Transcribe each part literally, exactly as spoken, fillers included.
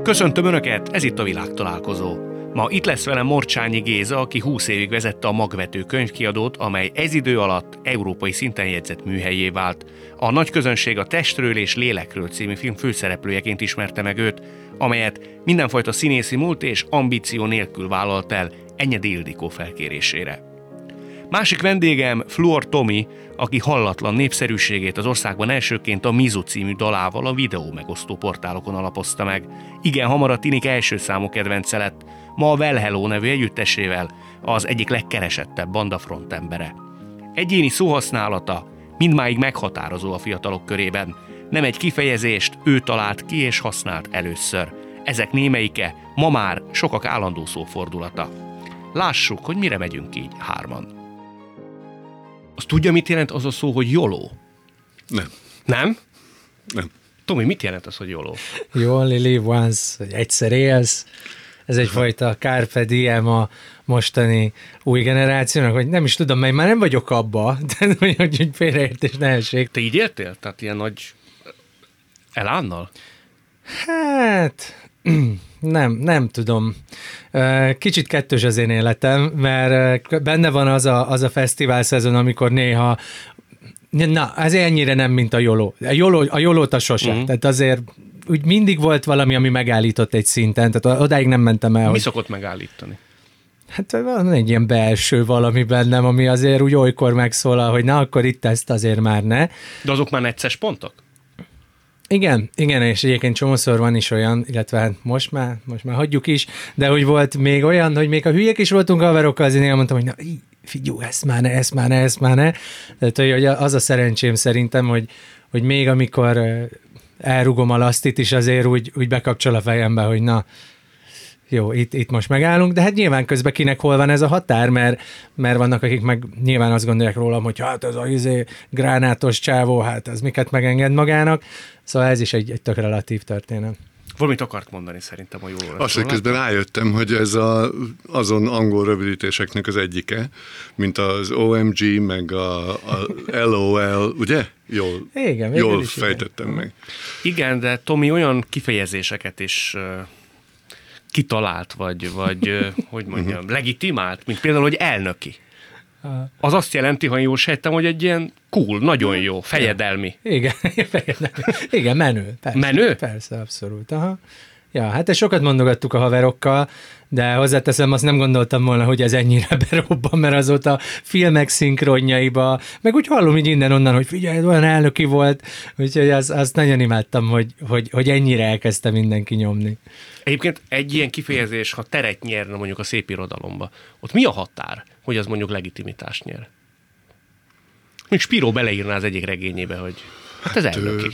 Köszöntöm Önöket, ez itt a Világtalálkozó. Ma itt lesz velem Morcsányi Géza, aki húsz évig vezette a Magvető könyvkiadót, amely ez idő alatt európai szinten jegyzett műhellyé vált. A nagy közönség a Testről és Lélekről című film főszereplőjeként ismerte meg őt, amelyet mindenfajta színészi múlt és ambíció nélkül vállalt el Enyedi Ildikó felkérésére. Másik vendégem Fluor Tomi, aki hallatlan népszerűségét az országban elsőként a Mizu című dalával a videó megosztó portálokon alapozta meg. Igen hamar a tinik első számú kedvence lett, ma a Well Hello nevű együttesével az egyik legkeresettebb banda frontembere. Egyéni szóhasználata mindmáig meghatározó a fiatalok körében. Nem egy kifejezést ő talált ki és használt először. Ezek némelyike ma már sokak állandó szófordulata. Lássuk, hogy mire megyünk így hárman. Azt tudja, mit jelent az a szó, hogy YOLO? Nem. Nem? Nem. Tomi, mit jelent az, hogy YOLO? You only live once, hogy egyszer élsz. Ez egyfajta carpe diem a mostani új generációnak, hogy nem is tudom, mert már nem vagyok abba, de hogy, hogy félreértés ne essék. Te így éltél? Tehát ilyen nagy elánnal? Hát... Nem, nem tudom. Kicsit kettős az én életem, mert benne van az a, az a fesztivál szezon, amikor néha, na, ez ennyire nem, mint a YOLO. A, YOLO, a YOLO-ta sose. Mm. Tehát azért úgy mindig volt valami, ami megállított egy szinten, tehát odáig nem mentem el. Mi hogy... szokott megállítani? Hát van egy ilyen belső valami bennem, ami azért úgy olykor megszólal, hogy na, akkor itt ezt azért már ne. De azok már necces pontok? Igen, igen, és egyébként csomószor van is olyan, illetve hát most már, most már hagyjuk is, de hogy volt még olyan, hogy még a hülyék is voltunk haverokkal, azért én mondtam, hogy na, figyelj, ezt már ne, ezt már ne, ezt már ne. Tehát, hogy az a szerencsém szerintem, hogy, hogy még amikor elrugom a lasztit is, azért úgy, úgy bekapcsol a fejembe, hogy na, jó, itt, itt most megállunk, de hát nyilván közben kinek hol van ez a határ, mert, mert vannak, akik meg nyilván azt gondolják rólam, hogy hát ez a izé, gránátos csávó, hát ez miket megenged magának. Szóval ez is egy, egy tök relatív történet. Valamit akart mondani szerintem a jól. Azt, hogy közben rájöttem, hogy ez a, azon angol rövidítéseknek az egyike, mint az o em gé, meg a, a el o el, ugye? Jól, igen, jól fejtettem igen. meg. Igen, de Tomi olyan kifejezéseket is uh, kitalált, vagy, vagy uh, hogy mondjam, legitimált, mint például, hogy elnöki. Az azt jelenti, ha jól sejtem, hogy egy ilyen cool, nagyon jó, fejedelmi. Igen, fejedelmi. Igen, menő. Persze, menő? Persze, abszolút. Aha. Ja, hát ezt sokat mondogattuk a haverokkal, de hozzáteszem, azt nem gondoltam volna, hogy ez ennyire berobban, mert azóta filmek szinkronjaiba, meg úgy hallom így innen-onnan, hogy figyelj, olyan elnöki volt, úgyhogy az, azt nagyon imádtam, hogy, hogy, hogy ennyire elkezdte mindenki nyomni. Egyébként egy ilyen kifejezés, ha teret nyerne mondjuk a szépirodalomba, ott mi a határ, hogy az mondjuk legitimitást nyer? Még Spiró beleírná az egyik regényébe, hogy hát ez hát, elnöki.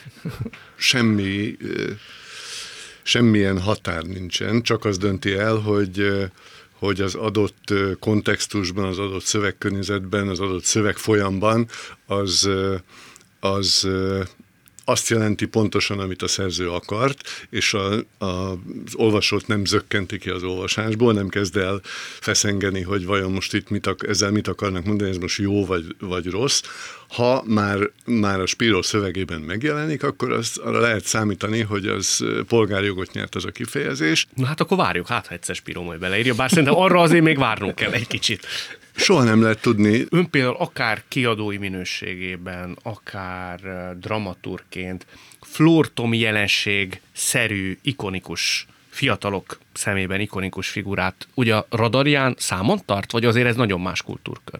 Semmi... Semmilyen határ nincsen, csak az dönti el, hogy, hogy az adott kontextusban, az adott szövegkörnyezetben, az adott szövegfolyamban az, az azt jelenti pontosan, amit a szerző akart, és a, a, az olvasót nem zökkenti ki az olvasásból, nem kezd el feszengeni, hogy vajon most itt mit, ezzel mit akarnak mondani, ez most jó vagy, vagy rossz. Ha már, már a Spiró szövegében megjelenik, akkor az, arra lehet számítani, hogy az polgárjogot nyert az a kifejezés. Na hát akkor várjuk, hát ha egyszer Spiró majd beleírja, bár szerintem arra azért még várnunk kell egy kicsit. Soha nem lehet tudni. Ön például akár kiadói minőségében, akár dramaturgként, Fluor Tomi jelenség szerű, ikonikus, fiatalok szemében ikonikus figurát ugye a radarján számon tart, vagy azért ez nagyon más kultúrkör?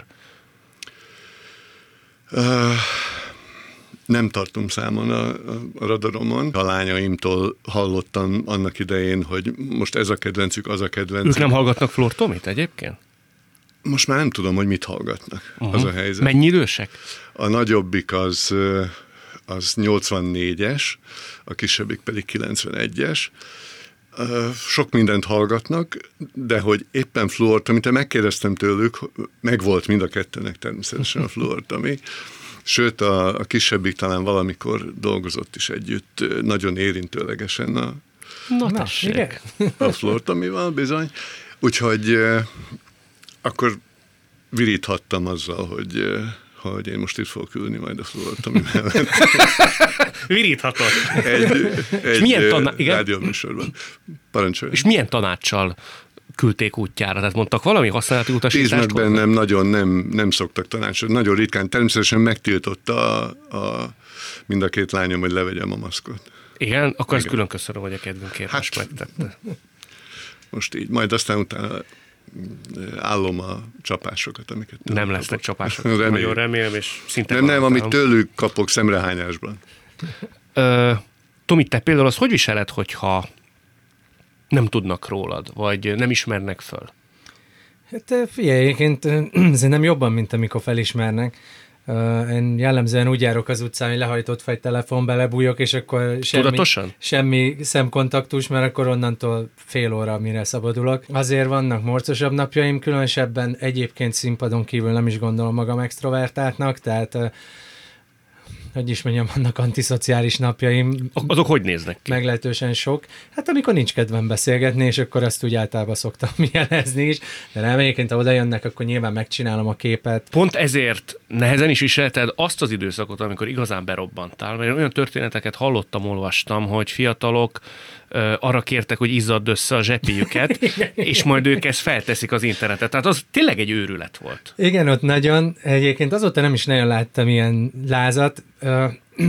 Uh, nem tartom számon a, a radaromon. A lányaimtól hallottam annak idején, hogy most ez a kedvencük, az a kedvencük. Ők nem hallgatnak Fluor Tomit egyébként? Most már nem tudom, hogy mit hallgatnak. Uh-huh. Az a helyzet. Mennyi idősek? A nagyobbik az, az nyolcvannégyes, a kisebbik pedig kilencvenegyes. Sok mindent hallgatnak, de hogy éppen Fluor Tomi, te megkérdeztem tőlük, megvolt mind a kettőnek természetesen a Fluor Tomi, sőt a, a kisebbik talán valamikor dolgozott is együtt nagyon érintőlegesen a, Na, tessék. a Fluor Tomival bizony. Úgyhogy akkor viríthattam azzal, hogy, hogy én most itt fogok ülni majd a Flóra Tomi mellett. Viríthatod. Egy, egy milyen taná- rádióműsorban. Parancsolj. És milyen tanáccsal küldték útjára? Tehát mondtak valami használati utasítást? Tíz meg bennem nagyon nem, nem szoktak tanácsot. Nagyon ritkán. Természetesen megtiltotta a, a, mind a két lányom, hogy levegyem a maszkot. Igen? Akkor Igen. ezt külön köszönöm, hogy a kedvünkért Hát, most megtette. Most így. Majd aztán utána állom a csapásokat, amiket... Nem lesznek csapások. Reméljük. Nagyon remélem, és szinte... Nem, nem, amit garantálom. tőlük kapok szemrehányásban. Ö, Tomi, te például azt hogy viseled, hogyha nem tudnak rólad, vagy nem ismernek föl? Hát figyelj, egyébként szerintem jobban, mint amikor felismernek. Uh, én jellemzően úgy járok az utcán, hogy lehajtott fegy telefon, belebújok, és akkor semmi, Tudatosan? semmi szemkontaktus, mert akkor onnantól fél óra, mire szabadulok. Azért vannak morcosabb napjaim, különösebben egyébként színpadon kívül nem is gondolom magam extrovertáltnak, tehát uh, hogy is mondjam, vannak antiszociális napjaim. Azok hogy néznek ki? Meglehetősen sok. Hát amikor nincs kedvem beszélgetni, és akkor azt úgy általában szoktam jelezni is, de nem, egyébként ha oda jönnek, akkor nyilván megcsinálom a képet. Pont ezért nehezen is viselted azt az időszakot, amikor igazán berobbantál, mert olyan történeteket hallottam, olvastam, hogy fiatalok ö, arra kértek, hogy izzadd össze a zsepijüket, és majd ők ezt felteszik az internetet. Tehát az tényleg egy őrület volt. Igen, ott nagyon. Egyébként azóta nem is nagyon láttam ilyen lázat. Ö,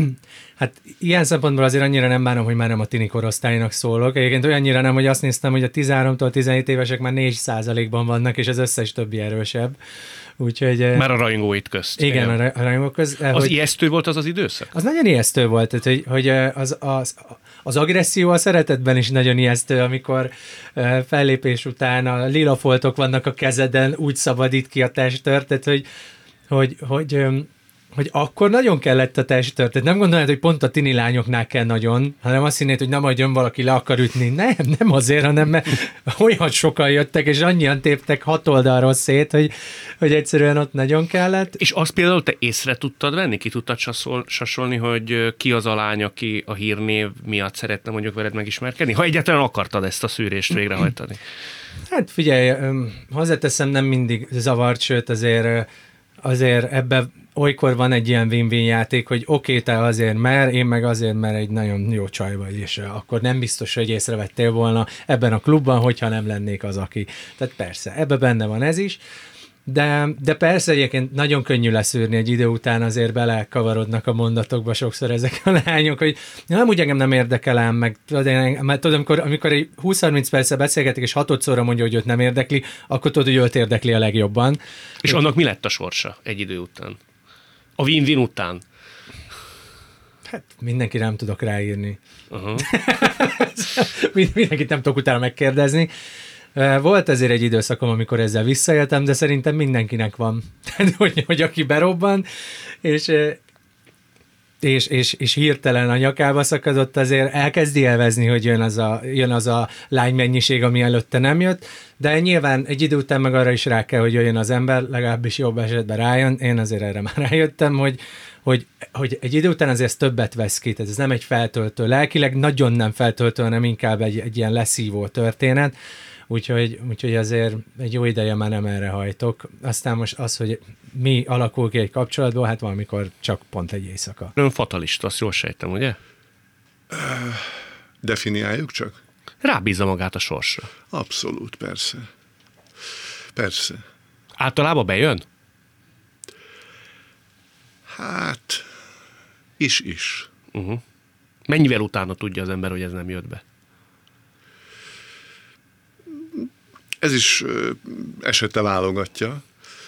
hát ilyen szempontból azért annyira nem bánom, hogy már nem a tini korosztálynak szólok. Egyébként olyannyira nem, hogy azt néztem, hogy a tizenháromtól tizenhét évesek már négy százalékban vannak, és az összes többi erősebb. Úgyhogy... Már a rajongóit közt. Igen, igen. a rajongók közt. Az hogy, ijesztő volt az az időszak? Az nagyon ijesztő volt, tehát, hogy, hogy az, az, az agresszió a szeretetben is nagyon ijesztő, amikor fellépés után a lila foltok vannak a kezeden, úgy szabadít ki a testőr, tehát hogy, hogy, hogy hogy akkor nagyon kellett a testőr. Tehát nem gondolnád, hogy pont a tini lányoknál kell nagyon, hanem azt hinnéd, hogy na majd jön valaki le akar ütni. Nem, nem azért, hanem mert olyan sokan jöttek, és annyian téptek hat oldalról szét, hogy, hogy egyszerűen ott nagyon kellett. És azt például te észre tudtad venni? Ki tudtad sasol, sasolni, hogy ki az a lány, aki a hírnév miatt szeretne mondjuk veled megismerkedni? Ha egyáltalán akartad ezt a szűrést végrehajtani. Hát figyelj, hozzáteszem, nem mindig zavart, sőt azért, azért ebben olykor van egy ilyen win-win játék, hogy oké, okay, te azért mer, én meg azért, mert egy nagyon jó csaj vagy, és akkor nem biztos, hogy észrevettél volna ebben a klubban, hogyha nem lennék az, aki. Tehát persze, ebben benne van ez is, de, de persze egyébként nagyon könnyű leszűrni, egy idő után azért belekavarodnak a mondatokba sokszor ezek a lányok, hogy nem úgy engem nem érdekel ám, meg mert tudod, amikor, amikor egy húsz-harminc perccel beszélgetik, és hatodszorra mondja, hogy őt nem érdekli, akkor tudod, hogy őt érdekli a legjobban. És annak mi lett a sorsa egy idő után? A win-win után? Hát mindenki nem tudok ráírni. Uh-huh. Mindenkit nem tudok utána megkérdezni. Volt ezért egy időszakom, amikor ezzel visszaéltem, de szerintem mindenkinek van. Tehát, hogy, hogy aki berobban, és, és, és, és hirtelen a nyakába szakadott, azért elkezdi élvezni, hogy jön az a, jön az a lánymennyiség, ami előtte nem jött, de nyilván egy idő után meg arra is rá kell, hogy jöjjön az ember, legalábbis jobb esetben rájön. Én azért erre már rájöttem, hogy, hogy, hogy egy idő után azért többet vesz ki, tehát ez nem egy feltöltő, lelkileg nagyon nem feltöltő, hanem inkább egy, egy ilyen leszívó történet. Úgyhogy, úgyhogy azért egy jó ideje már nem erre hajtok. Aztán most az, hogy mi alakul ki egy kapcsolatból, hát valamikor csak pont egy éjszaka. Ön fatalista, azt jól sejtem, ugye? Definiáljuk csak? Rábízza magát a sorsra. Abszolút, persze. Persze. Általában bejön? Hát, is-is. Uh-huh. Mennyivel utána tudja az ember, hogy ez nem jött be? Ez is ö, esete válogatja.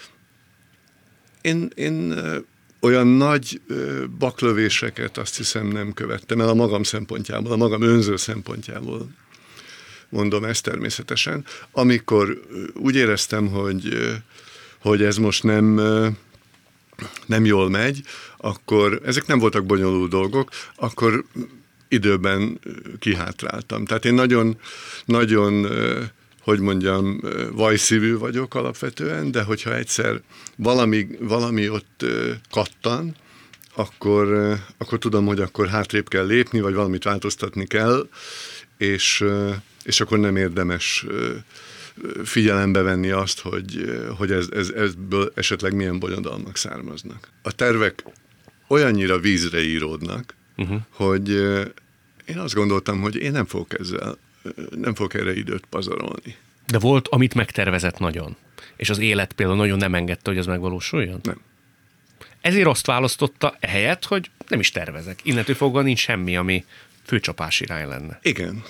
Én, én ö, olyan nagy ö, baklövéseket azt hiszem nem követtem el a magam szempontjából, a magam önző szempontjából. Mondom ezt természetesen. Amikor ö, úgy éreztem, hogy, ö, hogy ez most nem, ö, nem jól megy, akkor ezek nem voltak bonyolult dolgok, akkor időben kihátráltam. Tehát én nagyon, nagyon hogy mondjam, vajszívű vagyok alapvetően, de hogyha egyszer valami, valami ott kattan, akkor, akkor tudom, hogy akkor hátrébb kell lépni, vagy valamit változtatni kell, és, és akkor nem érdemes figyelembe venni azt, hogy, hogy ez, ez, ebből esetleg milyen bonyodalmak származnak. A tervek olyannyira vízre íródnak, uh-huh. hogy én azt gondoltam, hogy én nem fogok ezzel, nem fogok erre időt pazarolni. De volt, amit megtervezett nagyon, és az élet például nagyon nem engedte, hogy az megvalósuljon? Nem. Ezért azt választotta ehelyett, hogy nem is tervezek. Innentől fogva nincs semmi, ami főcsapás irány lenne. Igen.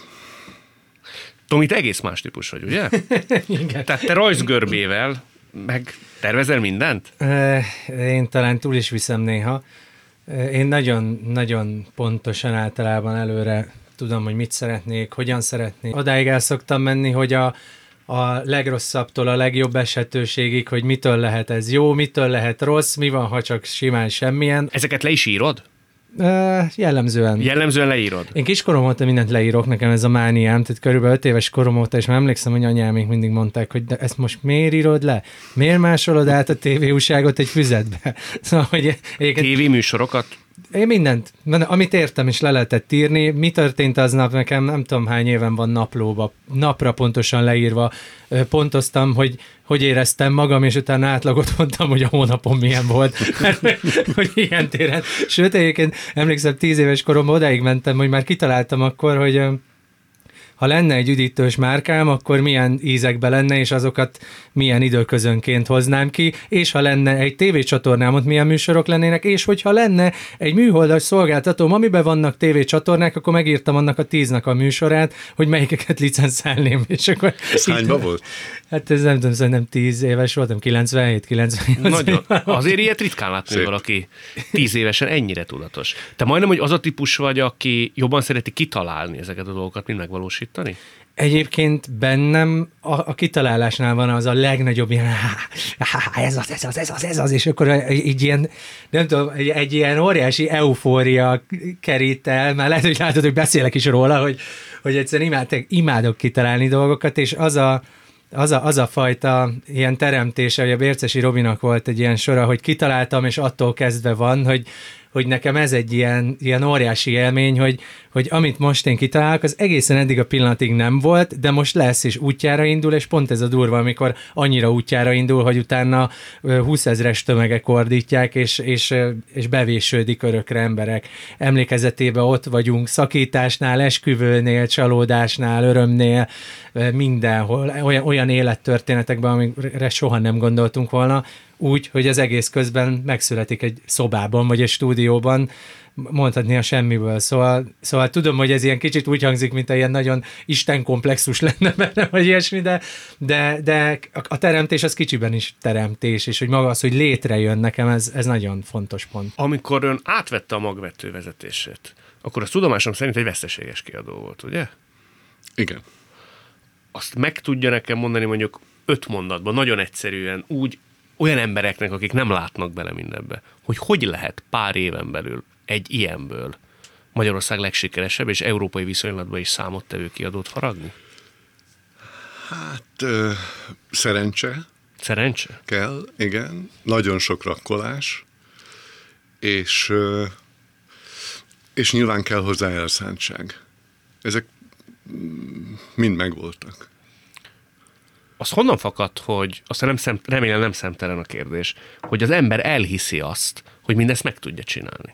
Tomi, te egész más típus vagy, ugye? Igen. Tehát te rajzgörbével meg tervezel mindent? Én talán túl is viszem néha. Én nagyon, nagyon pontosan általában előre tudom, hogy mit szeretnék, hogyan szeretnék. Odáig el szoktam menni, hogy a, a legrosszabbtól a legjobb esetőségig, hogy mitől lehet ez jó, mitől lehet rossz, mi van, ha csak simán semmilyen. Ezeket le is írod? Uh, jellemzően. Jellemzően leírod? Én kiskorom óta mindent leírok, nekem ez a mániám, tehát körülbelül öt éves korom óta, és már emlékszem, hogy anyám még mindig mondták, hogy de ezt most miért írod le? Miért másolod át a tévéújságot egy füzetbe? Szóval, hogy egyébként... tévéműsorokat? Én mindent, amit értem is le lehetett írni. Mi történt aznap, nekem nem tudom hány éven van naplóba, napra pontosan leírva. Pontoztam, hogy hogy éreztem magam, és utána átlagot mondtam, hogy a hónapom milyen volt. Mert, hogy ilyen téren. Sőt, egyébként emlékszem, tíz éves koromban odáig mentem, hogy már kitaláltam akkor, hogy ha lenne egy üdítős márkám, akkor milyen ízekbe lenne, és azokat milyen időközönként hoznám ki, és ha lenne egy tévécsatornám, ott milyen műsorok lennének, és hogyha lenne egy műholdas szolgáltatóm, amiben vannak tévécsatornák, akkor megírtam annak a tíznek a műsorát, hogy melyikeket licenszálném. És akkor ez hányban volt? Hát ez nem tudom, szerintem tíz éves voltam, kilencvenhét kilencvennyolc. Nagyon. Azért ilyet ritkán látni, hogy valaki tíz évesen ennyire tudatos. Te majdnem, hogy az a típus vagy, aki jobban szereti kitalálni ezeket a dolgokat, mint megvalósítani? Egyébként bennem a, a kitalálásnál van az a legnagyobb ilyen, ez az, ez az, ez az, ez az, és akkor egy ilyen, nem tudom, egy, egy ilyen óriási eufória kerít el, már lehet, hogy látod, hogy beszélek is róla, hogy, hogy egyszerűen imádok, imádok kitalálni dolgokat, és az a Az a, az a fajta ilyen teremtése, hogy a Bércesi Robinak volt egy ilyen sora, hogy kitaláltam, és attól kezdve van, hogy, hogy nekem ez egy ilyen, ilyen óriási élmény, hogy, hogy amit most én kitalálok, az egészen eddig a pillanatig nem volt, de most lesz, és útjára indul, és pont ez a durva, amikor annyira útjára indul, hogy utána húszezres tömegek ordítják, és, és, és bevésődik örökre emberek emlékezetében ott vagyunk, szakításnál, esküvőnél, csalódásnál, örömnél, mindenhol, olyan, olyan élettörténetekben, amikre soha nem gondoltunk volna, úgy, hogy az egész közben megszületik egy szobában, vagy egy stúdióban, mondhatni a semmiből. Szóval, szóval tudom, hogy ez ilyen kicsit úgy hangzik, mint egy ilyen nagyon istenkomplexus lenne benne, vagy ilyesmi, de, de, de a teremtés az kicsiben is teremtés, és hogy maga az, hogy létrejön nekem, ez, ez nagyon fontos pont. Amikor ön átvette a magvető vezetését, akkor az tudomásom szerint egy veszteséges kiadó volt, ugye? Igen. Azt meg tudja nekem mondani mondjuk öt mondatban, nagyon egyszerűen, úgy olyan embereknek, akik nem látnak bele mindebbe, hogy hogy lehet pár éven belül egy ilyenből Magyarország legsikeresebb és európai viszonylatban is számottevő kiadót faragni? Hát ö, szerencse. Szerencse? Kell, igen. Nagyon sok rakkolás, és, ö, és nyilván kell hozzá elszántság. Ezek mind megvoltak. Az honnan fakadt, hogy, aztán nem szem, remélem nem szemtelen a kérdés, hogy az ember elhiszi azt, hogy mindezt meg tudja csinálni?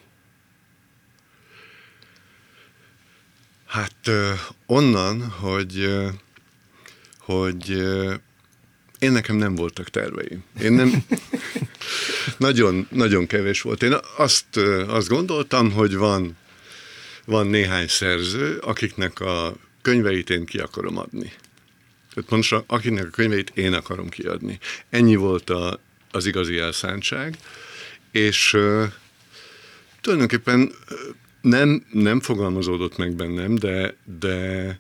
Hát onnan, hogy, hogy én nekem nem voltak terveim. Én nem... nagyon, nagyon kevés volt. Én azt, azt gondoltam, hogy van, van néhány szerző, akiknek a könyveit én ki akarom adni. Tehát pontosan, akinek a könyveit én akarom kiadni. Ennyi volt a, az igazi elszántság, és uh, tulajdonképpen uh, nem, nem fogalmazódott meg bennem, de, de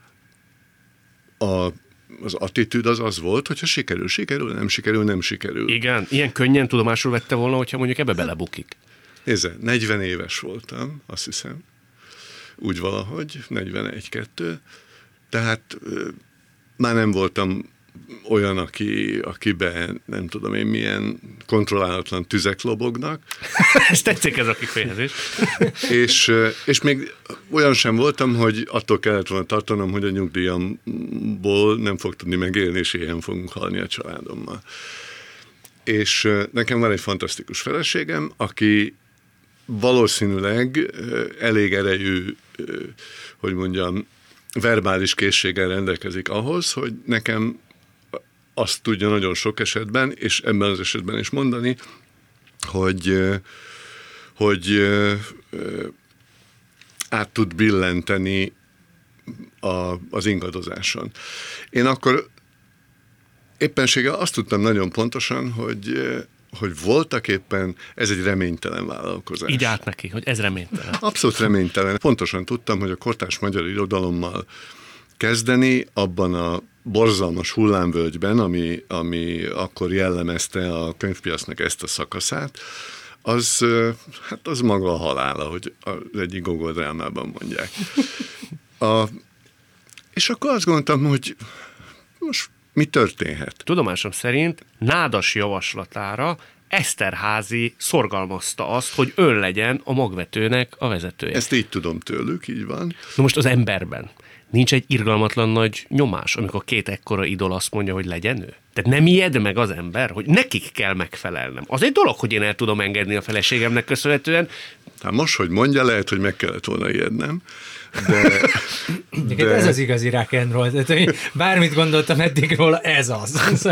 a, az attitűd az az volt, hogyha sikerül, sikerül, nem sikerül, nem sikerül. Igen, ilyen könnyen tudomásul vette volna, hogyha mondjuk ebbe belebukik. Nézze, negyven éves voltam, azt hiszem, úgy valahogy, negyvenegy kettő, tehát uh, már nem voltam olyan, aki, akiben nem tudom én milyen kontrollálatlan tüzek lobognak. Ez tetszik ez a kifejezés. és, és még olyan sem voltam, hogy attól kellett volna tartanom, hogy a nyugdíjamból nem fog tudni megélni, és éhen fogunk halni a családommal. És nekem van egy fantasztikus feleségem, aki valószínűleg elég erejű, hogy mondjam, verbális készséggel rendelkezik ahhoz, hogy nekem azt tudja nagyon sok esetben, és ebben az esetben is mondani, hogy, hogy át tud billenteni a, az ingadozáson. Én akkor éppenséggel azt tudtam nagyon pontosan, hogy, hogy voltak éppen ez egy reménytelen vállalkozás. Így állt neki, hogy ez reménytelen. Abszolút reménytelen. Pontosan tudtam, hogy a kortárs magyar irodalommal kezdeni abban a borzalmas hullámvölgyben, ami, ami akkor jellemezte a könyvpiacnak ezt a szakaszát, az, hát az maga a halála, hogy az egyik Gogol drámában mondják. A, és akkor azt gondoltam, hogy most mi történhet? Tudomásom szerint Nádas javaslatára Eszterházy szorgalmazta azt, hogy ön legyen a magvetőnek a vezetője. Ezt így tudom tőlük, így van. Na most az emberben nincs egy irgalmatlan nagy nyomás, amikor két ekkora idol azt mondja, hogy legyen ő? Tehát nem ijed meg az ember, hogy nekik kell megfelelnem. Az egy dolog, hogy én el tudom engedni a feleségemnek köszönhetően. Hát most, hogy mondja, lehet, hogy meg kellett volna ijednem. De, de... Ez az igazi rock and roll. Tehát, hogy bármit gondoltam eddig róla, ez az.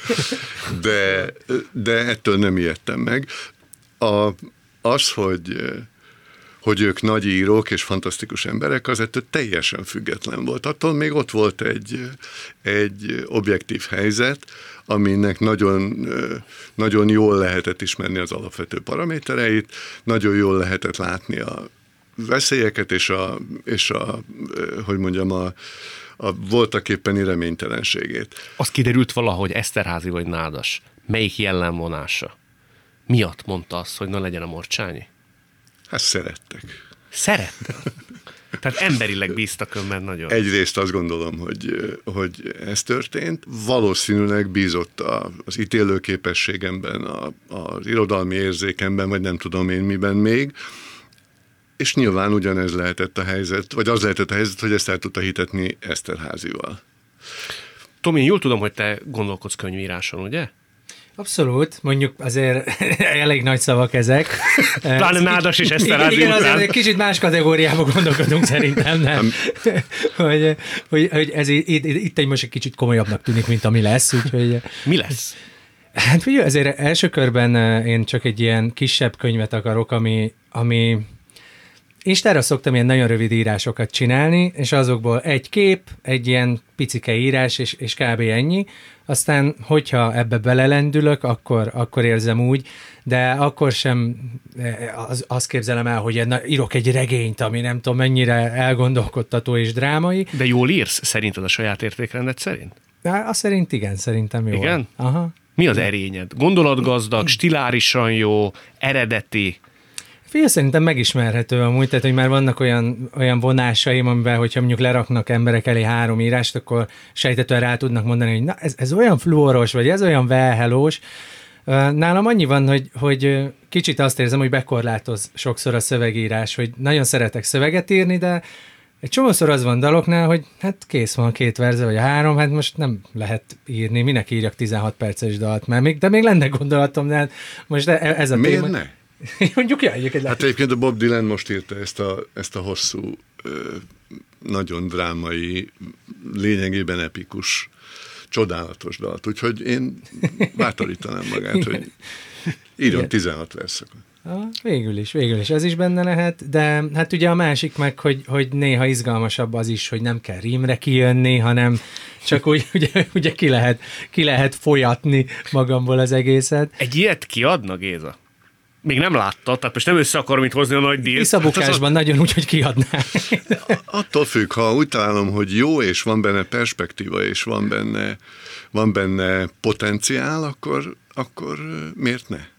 De, de ettől nem ijedtem meg. A, az, hogy, hogy ők nagy írók és fantasztikus emberek, az ettől teljesen független volt. Attól még ott volt egy, egy objektív helyzet, aminek nagyon, nagyon jól lehetett ismerni az alapvető paramétereit, nagyon jól lehetett látni a veszélyeket és a, és a hogy mondjam, a, a voltak éppeni reménytelenségét. Az kiderült valahogy Eszterházy vagy Nádas, melyik jellemvonása miatt mondta azt, hogy na legyen a Morcsányi? Hát szerettek. Szerettek? Tehát emberileg bíztak önben nagyon. Egyrészt azt gondolom, hogy, hogy ez történt. Valószínűleg bízott az ítélőképességemben, a, az irodalmi érzékemben, vagy nem tudom én miben még. És nyilván ugyanez lehetett a helyzet, vagy az lehetett a helyzet, hogy ezt el tudta hitetni Eszterházyval. Tomi, jól tudom, hogy te gondolkodsz könyvíráson, ugye? Abszolút, mondjuk azért elég nagy szavak ezek. Pláne Nádas és Eszterházy igen, után. azért egy kicsit más kategóriában gondolkodunk szerintem, nem? hogy, hogy, hogy ez itt, itt egy most egy kicsit komolyabbnak tűnik, mint ami lesz. Úgyhogy... Mi lesz? Hát figyelj, azért első körben én csak egy ilyen kisebb könyvet akarok, ami, ami Instára szoktam ilyen nagyon rövid írásokat csinálni, és azokból egy kép, egy ilyen picike írás, és, és kb. Ennyi. Aztán, hogyha ebbe belelendülök, akkor, akkor érzem úgy, de akkor sem az, azt képzelem el, hogy na, írok egy regényt, ami nem tudom mennyire elgondolkodtató és drámai. De jól írsz szerinted a saját értékrendet szerint? De azt szerint igen, szerintem jó. Igen? Aha. Mi az erényed? Gondolatgazdag, stilárisan jó, eredeti? Figyelj, szerintem megismerhető amúgy, tehát hogy már vannak olyan, olyan vonásaim, amiben, hogyha mondjuk leraknak emberek elé három írást, akkor sejtetően rá tudnak mondani, hogy na ez, ez olyan fluoros, vagy ez olyan velhelós. Nálam annyi van, hogy, hogy kicsit azt érzem, hogy bekorlátoz sokszor a szövegírás, hogy nagyon szeretek szöveget írni, de egy csomószor az van daloknál, hogy hát kész van két verze, vagy a három, hát most nem lehet írni, minek írjak tizenhat perces dalt, mert még, de még lenne gondolatom, de hát most ez a Miért téma. ne? Mondjuk, ja, egyébként Hát egyébként a Bob Dylan most írta ezt a, ezt a hosszú, nagyon drámai, lényegében epikus, csodálatos dalt. Úgyhogy én bátorítanám magát, hogy írjon tizenhat verszakot. Végül is, végül is ez is benne lehet, de hát ugye a másik meg, hogy, hogy néha izgalmasabb az is, hogy nem kell rímre kijönni, hanem csak úgy ugye, ugye ki, lehet, ki lehet folyatni magamból az egészet. Egy ilyet kiadna, Géza? Még nem látta, tehát most nem össze akarom itt hozni a nagy dílt. Visszabukásban hát nagyon úgy, hogy kiadná. Attól függ, ha úgy találom, hogy jó, és van benne perspektíva, és van benne, van benne potenciál, akkor, akkor miért ne?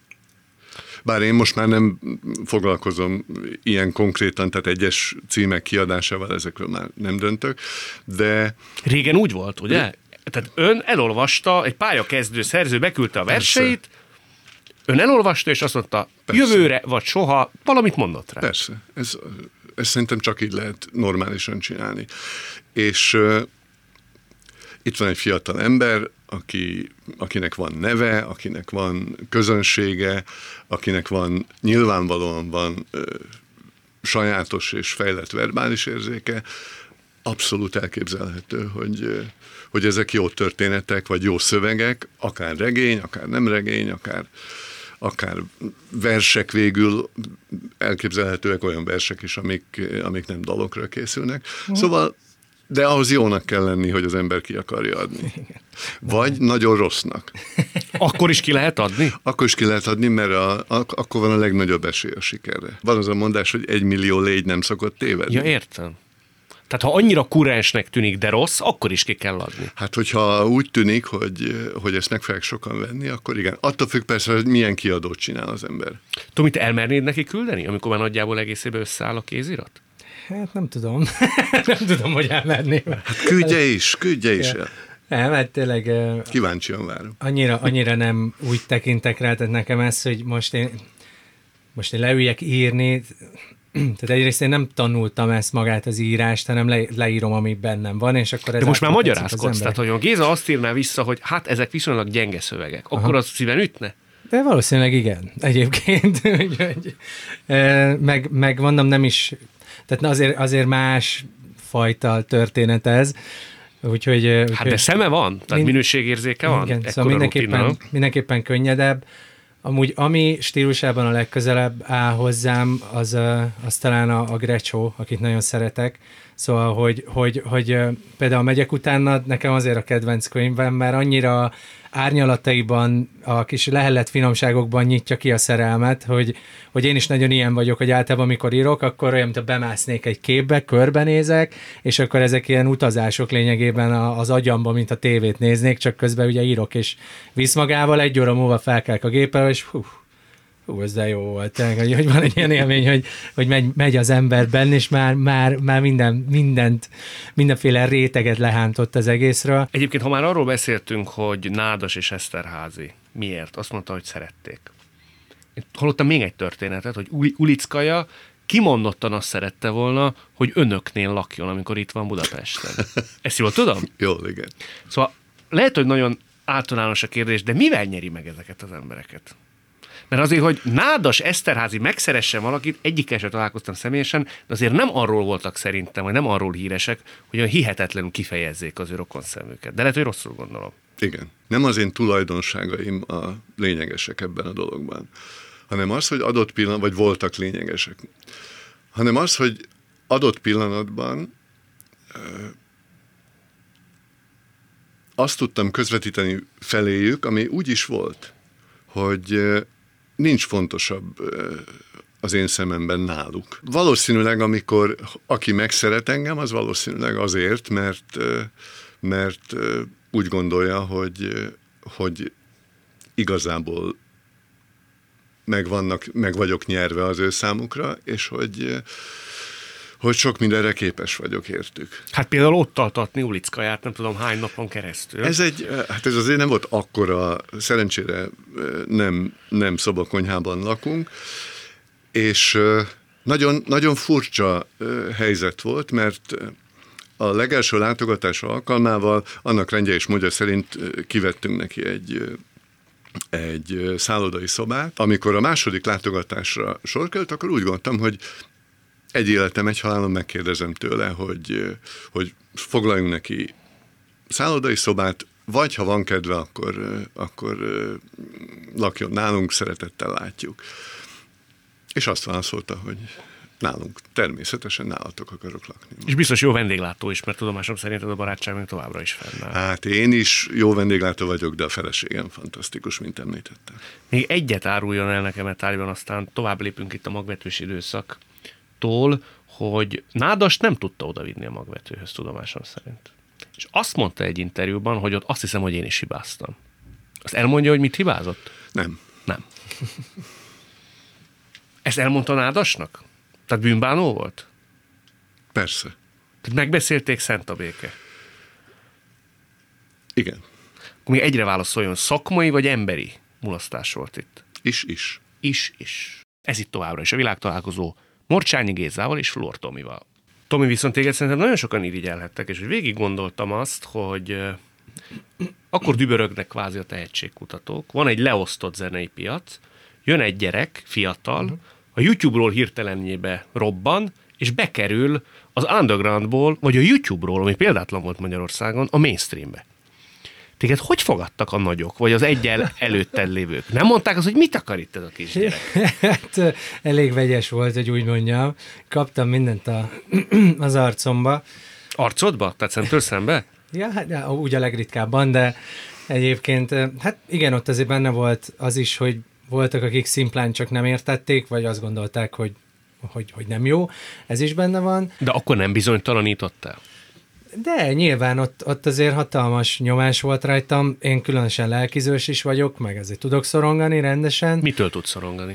Bár én most már nem foglalkozom ilyen konkrétan, tehát egyes címek kiadásával, ezekről már nem döntök, de... Régen úgy volt, ugye? Tehát ön elolvasta, egy pályakezdő szerző beküldte a verseit, ön elolvasta, és azt mondta, Persze. jövőre vagy soha valamit mondott rá. Persze. Ez, ez szerintem csak így lehet normálisan csinálni. És uh, itt van egy fiatal ember, aki, akinek van neve, akinek van közönsége, akinek van, nyilvánvalóan van uh, sajátos és fejlett verbális érzéke. Abszolút elképzelhető, hogy, hogy ezek jó történetek, vagy jó szövegek, akár regény, akár nem regény, akár, akár versek végül, elképzelhetőek olyan versek is, amik, amik nem dalokra készülnek. Uh-huh. Szóval, de ahhoz jónak kell lenni, hogy az ember ki akarja adni. Vagy nagyon rossznak. Akkor is ki lehet adni? Akkor is ki lehet adni, mert a, a, akkor van a legnagyobb esély a sikerre. Van az a mondás, hogy egy millió légy nem szokott tévedni. Ja, értem. Tehát ha annyira kurensnek tűnik, de rossz, akkor is ki kell adni. Hát, hogyha úgy tűnik, hogy, hogy ezt meg fogják sokan venni, akkor igen. Attól függ persze, hogy milyen kiadót csinál az ember. Tudom, mit elmernéd neki küldeni, amikor már nagyjából egészében összeáll a kézirat? Hát nem tudom. nem tudom, hogy elmerném. Hát küldje is, küldje is el. Nem, hát tényleg... Kíváncsian várom. Annyira, annyira nem úgy tekintek rá, tehát nekem ez, hogy most én, most én leüljek írni, tehát egyrészt én nem tanultam ezt magát az írást, hanem le, leírom, ami bennem van, és akkor ez... De most már magyarázkodsz, tehát hogy a Géza azt írná vissza, hogy hát ezek viszonylag gyenge szövegek, akkor Aha. az szíven ütne? De valószínűleg igen, egyébként. meg, meg mondom, nem is... Tehát azért, azért más fajta történet ez, úgyhogy... Hát úgyhogy de szeme van, tehát mind, minőségérzéke van. Igen, szóval mindenképpen, mindenképpen könnyedebb. Amúgy ami stílusában a legközelebb áll hozzám, az, az talán a, a Greccio, akit nagyon szeretek. Szóval, hogy, hogy, hogy például Megyek utána nekem azért a kedvenc könyvem, mert annyira árnyalataiban, a kis lehellet finomságokban nyitja ki a szerelmet, hogy, hogy én is nagyon ilyen vagyok, hogy általában amikor írok, akkor olyan, mintha bemásznék egy képbe, körbenézek, és akkor ezek ilyen utazások lényegében az agyamba, mint a tévét néznék, csak közben ugye írok, és visz magával, egy óra múlva felkelek a géppel, és hú, hú, ez de jó volt. Hogy, hogy van egy ilyen élmény, hogy, hogy megy, megy az ember benne, és már, már, már minden, mindent, mindenféle réteget lehántott az egészről. Egyébként, ha már arról beszéltünk, hogy Nádas és Eszterházy miért? Azt mondta, hogy szerették. Én hallottam még egy történetet, hogy Ulickaja kimondottan azt szerette volna, hogy önöknél lakjon, amikor itt van Budapesten. Ezt jól tudom? Jól, igen. Szóval lehet, hogy nagyon általános a kérdés, de mivel nyeri meg ezeket az embereket? Mert azért, hogy Nádas Eszterházy megszeressen valakit, egyikkel sem találkoztam személyesen, de azért nem arról voltak szerintem, vagy nem arról híresek, hogy olyan hihetetlenül kifejezzék az ő rokonszemüket. De lehet, hogy rosszul gondolom. Igen. Nem az én tulajdonságaim a lényegesek ebben a dologban, hanem az, hogy adott pillanat, vagy voltak lényegesek, hanem az, hogy adott pillanatban ö, azt tudtam közvetíteni feléjük, ami úgy is volt, hogy ö, nincs fontosabb ö, az én szememben náluk. Valószínűleg, amikor aki megszeret engem, az valószínűleg azért, mert, ö, mert ö, úgy gondolja, hogy, hogy igazából meg, vannak, meg vagyok nyerve az ő számukra, és hogy, hogy sok mindenre képes vagyok értük. Hát például ott tartatni Ulickaját, nem tudom hány napon keresztül. Ez egy, hát ez azért nem volt akkora, szerencsére nem, nem szobakonyhában lakunk, és nagyon, nagyon furcsa helyzet volt, mert a legelső látogatás alkalmával annak rendje és módja szerint kivettünk neki egy, egy szállodai szobát. Amikor a második látogatásra sor került, akkor úgy gondoltam, hogy egy életem, egy halálom megkérdezem tőle, hogy, hogy foglaljunk neki szállodai szobát, vagy ha van kedve, akkor, akkor lakjon nálunk, szeretettel látjuk. És azt válaszolta, hogy nálunk, természetesen nálatok akarok lakni. És biztos jó vendéglátó is, mert tudomásom szerint ez a barátság még továbbra is fennáll. Hát én is jó vendéglátó vagyok, de a feleségem fantasztikus, mint említettem. Még egyet áruljon el nekem a tárgyban, aztán tovább lépünk itt a magvetős időszaktól, hogy Nádast nem tudta odavinni a magvetőhöz, tudomásom szerint. És azt mondta egy interjúban, hogy ott azt hiszem, hogy én is hibáztam. Azt elmondja, hogy mit hibázott? Nem. Nem. Ezt elmondta Nádasnak? Tehát bűnbánó volt? Persze. Tehát megbeszélték, szent a béke. Igen. Akkor még egyre válaszoljon, szakmai vagy emberi mulasztás volt itt? Is, is. Is, is. Ez itt továbbra is a világtalálkozó Morcsányi Gézával és Flór Tomival. Tomi, viszont téged szerintem nagyon sokan irigyelhettek, és hogy végig gondoltam azt, hogy uh, akkor dübörögnek kvázi a tehetségkutatók, van egy leosztott zenei piac, jön egy gyerek, fiatal, uh-huh. a YouTube-ról hirtelenjébe robban, és bekerül az undergroundból, vagy a YouTube-ról, ami példátlan volt Magyarországon, a mainstreambe. Téged hogy fogadtak a nagyok, vagy az egyel előtted lévők? Nem mondták azt, hogy mit akar itt ez a kisgyerek? Hát elég vegyes volt, hogy úgy mondjam. Kaptam mindent a, az arcomba. Arcodba? Tehát szemtől szembe? Ja, hát úgy a legritkábban, de egyébként, hát igen, ott azért benne volt az is, hogy voltak, akik szimplán csak nem értették, vagy azt gondolták, hogy, hogy, hogy nem jó. Ez is benne van. De akkor nem bizonytalanítottál? De nyilván ott, ott azért hatalmas nyomás volt rajtam. Én különösen lelkizős is vagyok, meg azért tudok szorongani rendesen. Mitől tudsz szorongani?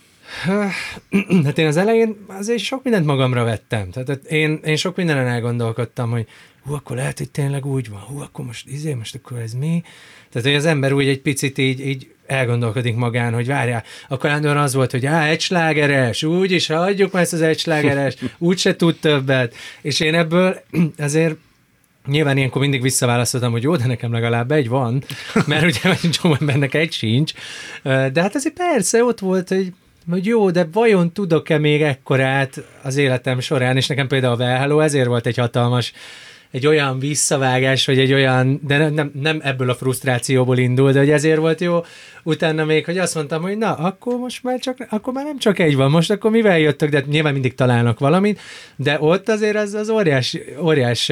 Hát én az elején azért sok mindent magamra vettem. Tehát én, én sok mindenen elgondolkodtam, hogy hú, akkor lehet, hogy tényleg úgy van. Hú, akkor most izé, most akkor ez mi? Tehát, hogy az ember úgy egy picit így, így elgondolkodik magán, hogy várjál, akkor állandóan az volt, hogy á, egy slágeres, úgyis hagyjuk már ezt az egy slágeres, úgyse tud többet. És én ebből azért nyilván ilyenkor mindig visszaválasztottam, hogy jó, de nekem legalább egy van, mert ugye egy csomó embernek egy sincs. De hát azért persze ott volt, hogy, hogy jó, de vajon tudok-e még ekkorát az életem során, és nekem például a Well Hello ezért volt egy hatalmas, egy olyan visszavágás, vagy egy olyan, de nem, nem ebből a frusztrációból indul, de hogy ezért volt jó. Utána még, hogy azt mondtam, hogy na, akkor most már csak, akkor már nem csak egy van, most akkor mivel jöttök, de nyilván mindig találnak valamit, de ott azért az, az óriás, óriás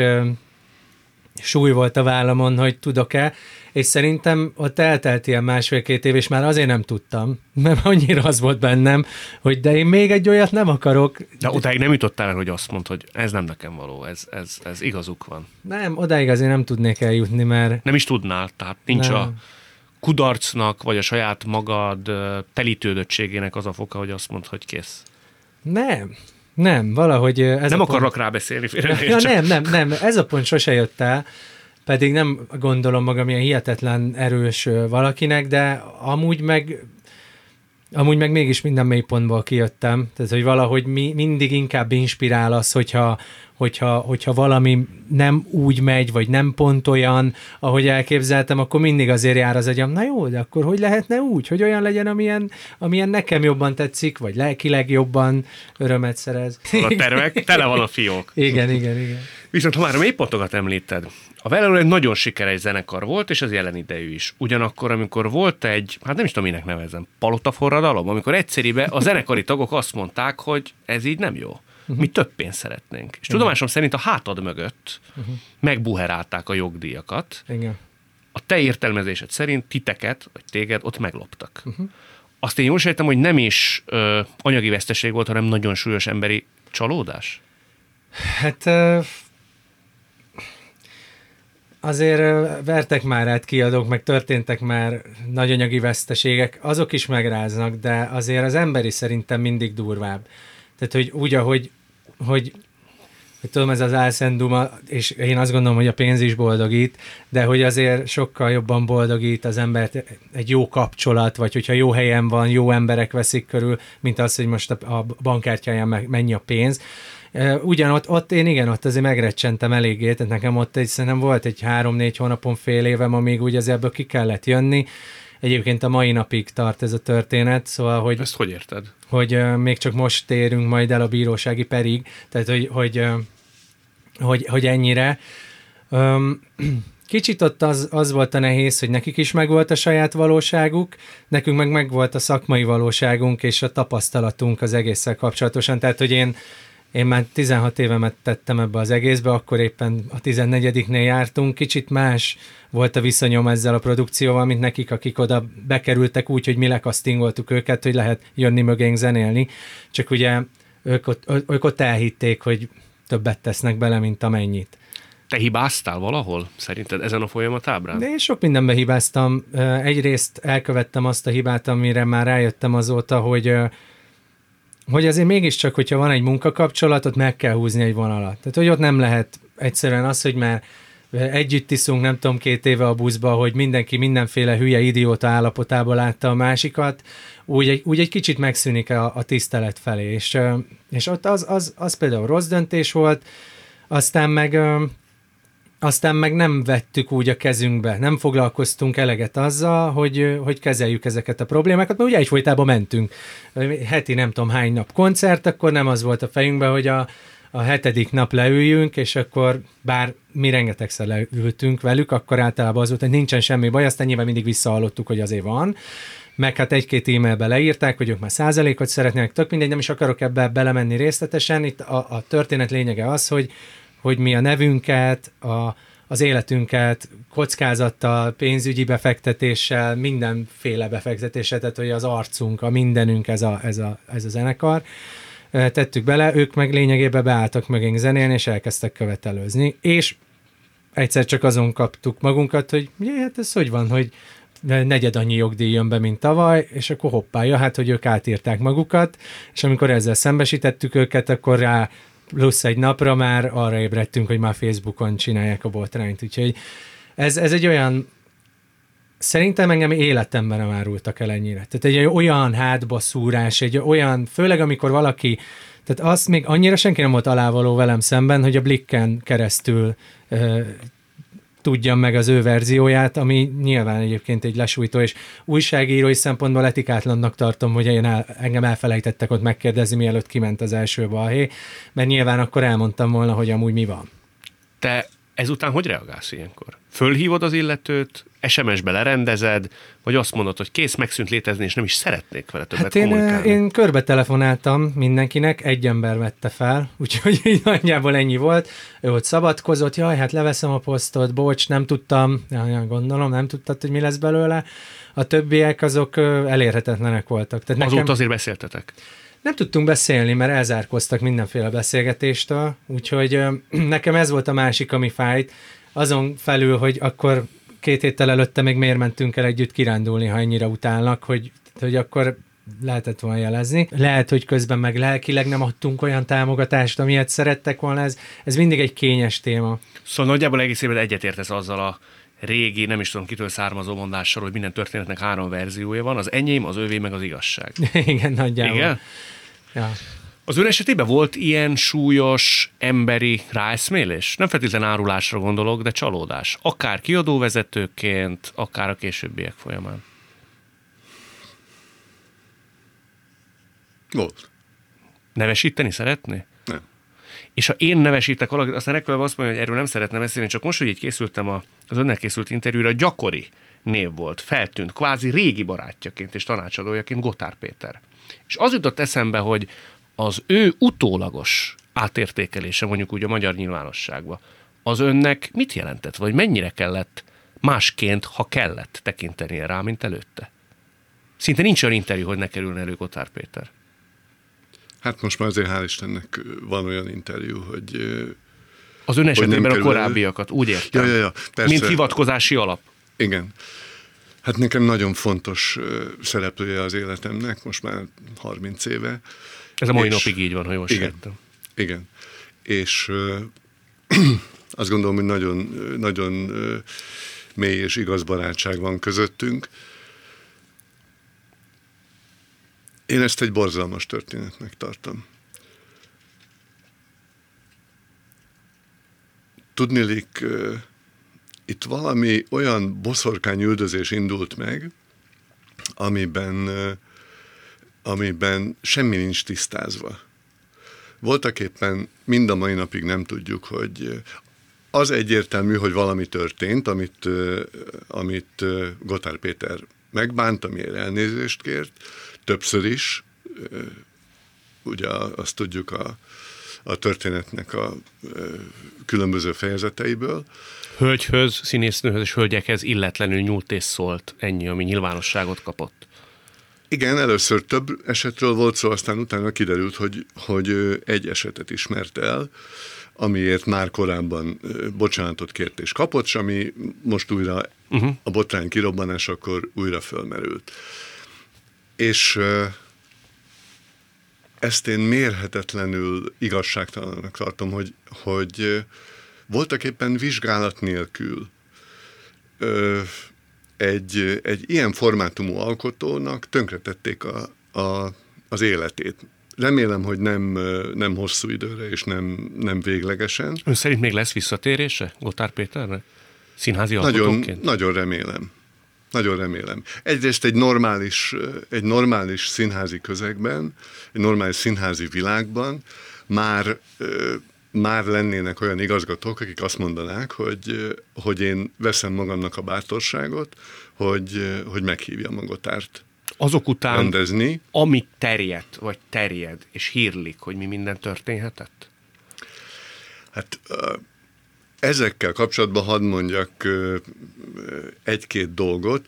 súly volt a vállamon, hogy tudok-e, és szerintem ott eltelt ilyen másfél-két év, és már azért nem tudtam, mert annyira az volt bennem, hogy de én még egy olyat nem akarok. De odáig nem jutottál el, hogy azt mondd, hogy ez nem nekem való, ez, ez, ez igazuk van. Nem, odáig azért nem tudnék eljutni, mert... Nem is tudnál, tehát nincs nem. A kudarcnak, vagy a saját magad telítődöttségének az a foka, hogy azt mondd, hogy kész. Nem, nem, valahogy... Ez nem a akarok pont... rábeszélni. Ja, nem, nem, nem, ez a pont sose jött el, pedig nem gondolom magam ilyen hihetetlen erős valakinek, de amúgy meg, amúgy meg mégis minden mélypontból kijöttem. Tehát, hogy valahogy mi, mindig inkább inspirál az, hogyha, hogyha, hogyha valami nem úgy megy, vagy nem pont olyan, ahogy elképzeltem, akkor mindig azért jár az agyam, na jó, de akkor hogy lehetne úgy, hogy olyan legyen, amilyen, amilyen nekem jobban tetszik, vagy lelkileg jobban örömet szerez. A tervek, tele van a fiók. Igen, igen, igen. Viszont ha már a mélypontokat említed, a Well Hello egy nagyon sikeres zenekar volt, és az jelen idejű is. Ugyanakkor, amikor volt egy, hát nem is tudom, minek nevezem, palotaforradalom, amikor egyszerűen a zenekari tagok azt mondták, hogy ez így nem jó. Uh-huh. Mi több pénzt szeretnénk. És uh-huh. tudomásom szerint a hátad mögött uh-huh. megbuherálták a jogdíjakat. Igen. A te értelmezésed szerint titeket, vagy téged ott megloptak. Uh-huh. Azt én jól sejtem, hogy nem is ö, anyagi veszteség volt, hanem nagyon súlyos emberi csalódás? Hát... Uh... Azért vertek már át kiadók, meg történtek már nagy anyagi veszteségek, azok is megráznak, de azért az emberi szerintem mindig durvább. Tehát, hogy úgy, ahogy, hogy, hogy tudom, ez az álszenduma, és én azt gondolom, hogy a pénz is boldogít, de hogy azért sokkal jobban boldogít az embert egy jó kapcsolat, vagy hogyha jó helyen van, jó emberek veszik körül, mint az, hogy most a bankkártyáján mennyi a pénz. Ugyanott, ott én igen, ott azért megrecsentem eléggé, tehát nekem ott egy, szerintem volt egy három-négy hónapon, fél évem, amíg úgy azért ebből ki kellett jönni. Egyébként a mai napig tart ez a történet, szóval, hogy... Ezt hogy érted? Hogy uh, még csak most térünk majd el a bírósági perig, tehát, hogy, hogy, uh, hogy, hogy ennyire. Um, Kicsit ott az, az volt a nehéz, hogy nekik is megvolt a saját valóságuk, nekünk meg megvolt a szakmai valóságunk és a tapasztalatunk az egésszel kapcsolatosan, tehát, hogy én Én már tizenhat évemet tettem ebbe az egészbe, akkor éppen a tizennegyediknél jártunk. Kicsit más volt a viszonyom ezzel a produkcióval, mint nekik, akik oda bekerültek úgy, hogy mi lekasztingoltuk őket, hogy lehet jönni mögénk zenélni. Csak ugye ők ott, ők ott elhitték, hogy többet tesznek bele, mint amennyit. Te hibáztál valahol, szerinted, ezen a folyamatábrán? De én sok mindenbe hibáztam. Egyrészt elkövettem azt a hibát, amire már rájöttem azóta, hogy hogy azért mégiscsak, hogyha van egy munkakapcsolatot, meg kell húzni egy vonalat. Tehát, hogy ott nem lehet egyszerűen az, hogy már együtt iszunk, nem tudom, két éve a buszba, hogy mindenki mindenféle hülye idióta állapotában látta a másikat, úgy egy, úgy egy kicsit megszűnik a, a tisztelet felé, és, és ott az, az, az például rossz döntés volt, aztán meg, aztán meg nem vettük úgy a kezünkbe, nem foglalkoztunk eleget azzal, hogy, hogy kezeljük ezeket a problémákat, mert ugye egyfolytában mentünk. Heti nem tudom hány nap koncert, akkor nem az volt a fejünkben, hogy a a hetedik nap leüljünk, és akkor bár mi rengetegszer leültünk velük, akkor általában az volt, hogy nincsen semmi baj, aztán nyilván mindig visszahallottuk, hogy azért van, meg hát egy-két e-mailbe leírták, hogy ők már százalékot szeretnének, tök mindegy, nem is akarok ebbe belemenni részletesen, itt a, a történet lényege az, hogy, hogy mi a nevünket, a, az életünket kockázattal, pénzügyi befektetéssel, mindenféle befektetéssel, tehát hogy az arcunk, a mindenünk ez a, ez a, ez a zenekar, tettük bele, ők meg lényegében beálltak mögénk zenélni, és elkezdtek követelőzni, és egyszer csak azon kaptuk magunkat, hogy jé, hát ez hogy van, hogy negyed annyi jogdíj jön be, mint tavaly, és akkor hoppája, hát, hogy ők átírták magukat, és amikor ezzel szembesítettük őket, akkor rá plusz egy napra már arra ébredtünk, hogy már Facebookon csinálják a botrányt, úgyhogy ez, ez egy olyan szerintem engem életemben nem árultak el ennyire. Tehát egy olyan hátba szúrás, egy olyan, főleg amikor valaki, tehát azt még annyira senki nem volt alávaló velem szemben, hogy a Blicken keresztül ö, tudjam meg az ő verzióját, ami nyilván egyébként egy lesújtó, és újságírói szempontból etikátlannak tartom, hogy én el, engem elfelejtettek ott megkérdezni, mielőtt kiment az első balhé, mert nyilván akkor elmondtam volna, hogy amúgy mi van. Te ezután hogy reagálsz ilyenkor? Fölhívod az illetőt, es em es-be lerendezed, vagy azt mondod, hogy kész, megszűnt létezni, és nem is szeretnék vele többet hát én, kommunikálni? én körbe telefonáltam mindenkinek, egy ember vette fel, úgyhogy így nagyjából ennyi volt. Ő ott szabadkozott, jaj, hát leveszem a posztot, bocs, nem tudtam, ja, gondolom, nem tudtad, hogy mi lesz belőle. A többiek azok elérhetetlenek voltak. Tehát Azóta nekem... azért beszéltetek? Nem tudtunk beszélni, mert elzárkoztak mindenféle beszélgetéstől, úgyhogy nekem ez volt a másik, ami fájt. Azon felül, hogy akkor két héttel előtte még miért mentünk el együtt kirándulni, ha ennyire utálnak, hogy, hogy akkor lehetett volna jelezni. Lehet, hogy közben meg lelkileg nem adtunk olyan támogatást, amilyet szerettek volna. Ez, ez mindig egy kényes téma. Szóval nagyjából egész évben egyetértesz azzal a régi, nem is tudom kitől származó mondással, hogy minden történetnek három verziója van, az enyém, az övé, meg az igazság. Igen, nagyjából. Igen? Ja. Az ön esetében volt ilyen súlyos emberi ráeszmélés? Nem feltétlenül árulásra gondolok, de csalódás. Akár kiadóvezetőként, akár a későbbiek folyamán. Volt. Nevesíteni szeretné? Nem. És ha én nevesítek valakit, aztán legfeljebb azt mondja, hogy erről nem szeretne beszélni, csak most, hogy így készültem a, az önnel készült interjúra, gyakori név volt, feltűnt, kvázi régi barátjaként és tanácsadójaként Gotthárd Péter. És az jutott eszembe, hogy az ő utólagos átértékelése, mondjuk úgy a magyar nyilvánosságba, az önnek mit jelentett, vagy mennyire kellett másként, ha kellett tekintenie rá, mint előtte? Szinte nincs olyan interjú, hogy ne kerülne elő Gotthárd Péter. Hát most már azért hál' Istennek van olyan interjú, hogy... Az ön esetében a elő. korábbiakat, úgy értem. Ja, ja, ja, persze. Mint hivatkozási alap. Igen. Hát nekem nagyon fontos szereplője az életemnek, most már harminc éve. Ez a mai és, napig így van, ha jól sejtem. Igen. És ö, azt gondolom, hogy nagyon, nagyon ö, mély és igaz barátság van közöttünk. Én ezt egy borzalmas történetnek tartom. Tudniillik, ö, itt valami olyan boszorkányüldözés indult meg, amiben, amiben semmi nincs tisztázva. Voltak éppen mind a mai napig nem tudjuk, hogy az egyértelmű, hogy valami történt, amit, amit Gotthárd Péter megbánt, amiért elnézést kért, többször is. Ugye azt tudjuk a, a történetnek a különböző fejezeteiből. Hölgyhöz, színésznőhöz és hölgyekhez illetlenül nyúlt és szólt, ennyi, ami nyilvánosságot kapott. Igen, először több esetről volt szó, aztán utána kiderült, hogy, hogy egy esetet ismert el, amiért már korábban bocsánatot kért és kapott, és ami most újra uh-huh. a botrány kirobbanásakor újra fölmerült. És ezt én mérhetetlenül igazságtalannak tartom, hogy, hogy voltak éppen vizsgálat nélkül ö, egy, egy ilyen formátumú alkotónak tönkretették a, a, az életét. Remélem, hogy nem, nem hosszú időre, és nem, nem véglegesen. Ön szerint még lesz visszatérése Gotthárd Péternek? Színházi Nagyon, alkotóként? nagyon remélem. Nagyon remélem. Egyrészt egy normális, egy normális színházi közegben, egy normális színházi világban már, már lennének olyan igazgatók, akik azt mondanák, hogy, hogy én veszem magamnak a bátorságot, hogy, hogy meghívjam a Gotthárdt azok után, rendezni. ami terjedt, vagy terjed, és hírlik, hogy mi minden történhetett? Hát ezekkel kapcsolatban hadd mondjak egy-két dolgot.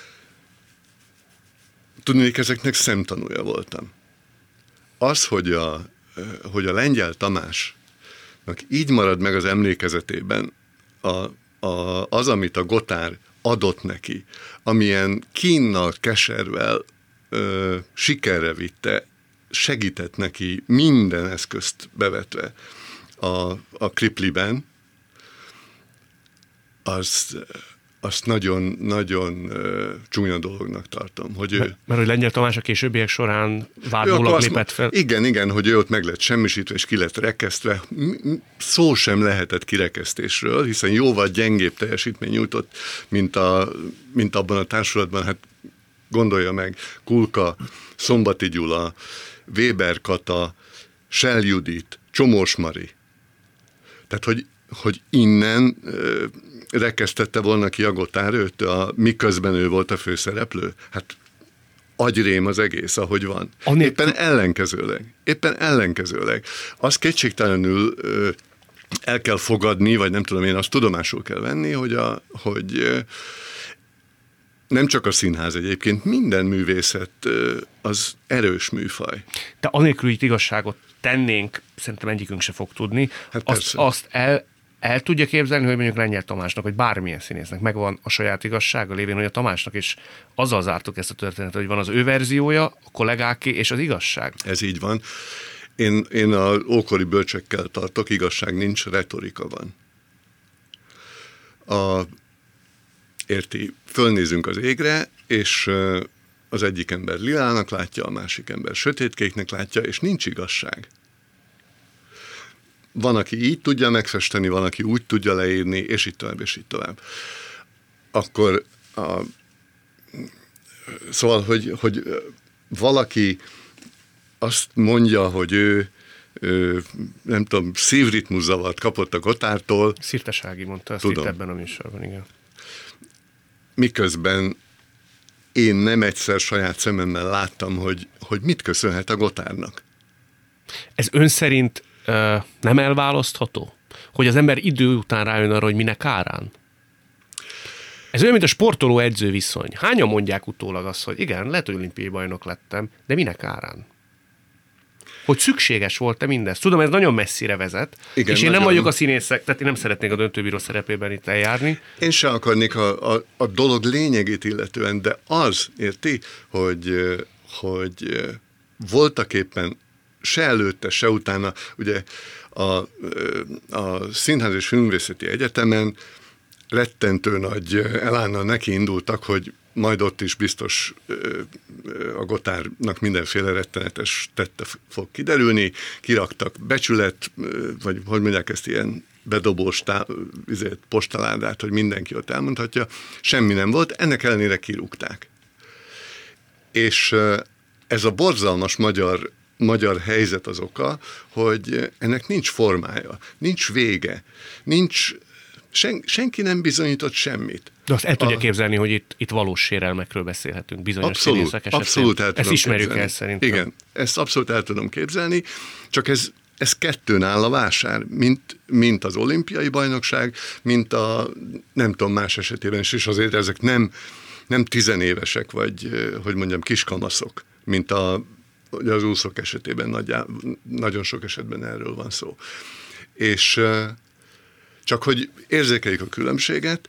Tudnék, ezeknek szemtanúja voltam. Az, hogy a, hogy a Lengyel Tamásnak így marad meg az emlékezetében a, a, az, amit a Gotthárd adott neki, amilyen kínnal, keservel ö, sikerre vitte, segített neki minden eszközt bevetve a, a Kripliben, az, azt nagyon-nagyon uh, csúnya dolognak tartom. Hogy ő, mert, mert hogy Lengyel Tamás a későbbiek során vádlólag lépett fel. Igen, igen, hogy ő ott meg lett semmisítve, és ki lett rekesztve. Szó sem lehetett kirekesztésről, hiszen jóval gyengébb teljesítmény nyújtott, mint, a, mint abban a társulatban. Hát gondolja meg, Kulka, Szombati Gyula, Weber Kata, Schell Judit, Csomós Mari. Tehát, hogy, hogy innen uh, rekesztette volna ki a Gotthárd őt, a, miközben ő volt a főszereplő? Hát agyrém az egész, ahogy van. Annél... Éppen ellenkezőleg. Éppen ellenkezőleg. Az kétségtelenül ö, el kell fogadni, vagy nem tudom én, azt tudomásul kell venni, hogy, a, hogy ö, nem csak a színház egyébként, minden művészet ö, az erős műfaj. De anélkül, hogy igazságot tennénk, szerintem egyikünk se fog tudni, hát azt, azt el El tudja képzelni, hogy mondjuk Lengyel Tamásnak, vagy bármilyen színésznek megvan a saját igazsága, lévén, hogy a Tamásnak is azzal zártuk ezt a történetet, hogy van az ő verziója, a kollégáké és az igazság. Ez így van. Én, én a ókori bölcsekkel tartok, igazság nincs, retorika van. A, érti, fölnézünk az égre, és az egyik ember lilának látja, a másik ember sötétkéknek látja, és nincs igazság. Van, aki így tudja megfesteni, van, aki úgy tudja leírni, és így tovább, és így tovább. Akkor a, szóval, hogy, hogy valaki azt mondja, hogy ő, ő nem tudom, szívritmuszavart kapott a Gotthardtól. Szirtes Ági mondta ezt tudom. Itt ebben a műsorban, igen. Miközben én nem egyszer saját szememmel láttam, hogy, hogy mit köszönhet a Gotthardnak. Ez ön szerint uh, nem elválasztható? Hogy az ember idő után rájön arra, hogy minek árán? Ez olyan, mint a sportoló-edző viszony. Hányan mondják utólag azt, hogy igen, lehet, hogy olimpiai bajnok lettem, de minek árán? Hogy szükséges volt-e mindez? Tudom, ez nagyon messzire vezet, igen, és én nagyon... nem vagyok a színészek, tehát én nem szeretnék a döntőbíró szerepében itt eljárni. Én sem akarnék a, a, a dolog lényegét illetően, de az, érti, hogy, hogy voltak éppen se előtte, se utána, ugye a, a Színház és Filmművészeti Egyetemen rettentő nagy elánnal neki indultak, hogy majd ott is biztos a Gotthardnak mindenféle rettenetes tette fog kiderülni, kiraktak becsület, vagy hogy mondják ezt, ilyen bedobós tá, izért, postaládát, hogy mindenki ott elmondhatja, semmi nem volt, ennek ellenére kirúgták. És ez a borzalmas magyar, magyar helyzet az oka, hogy ennek nincs formája, nincs vége, nincs Sen, senki nem bizonyított semmit. De azt el tudja a... képzelni, hogy itt, itt valós sérelmekről beszélhetünk bizonyos abszolút, színészek esetén. Abszolút el tudom Ezt ismerjük képzelni. el szerintem. Igen, ezt abszolút el tudom képzelni, csak ez, ez kettőn áll a vásár, mint, mint az olimpiai bajnokság, mint a nem tudom más esetében is, és azért ezek nem, nem tizenévesek, vagy hogy mondjam, kiskamaszok, mint a, az úszók esetében nagyjá, nagyon sok esetben erről van szó. És csak hogy érzékeljük a különbséget,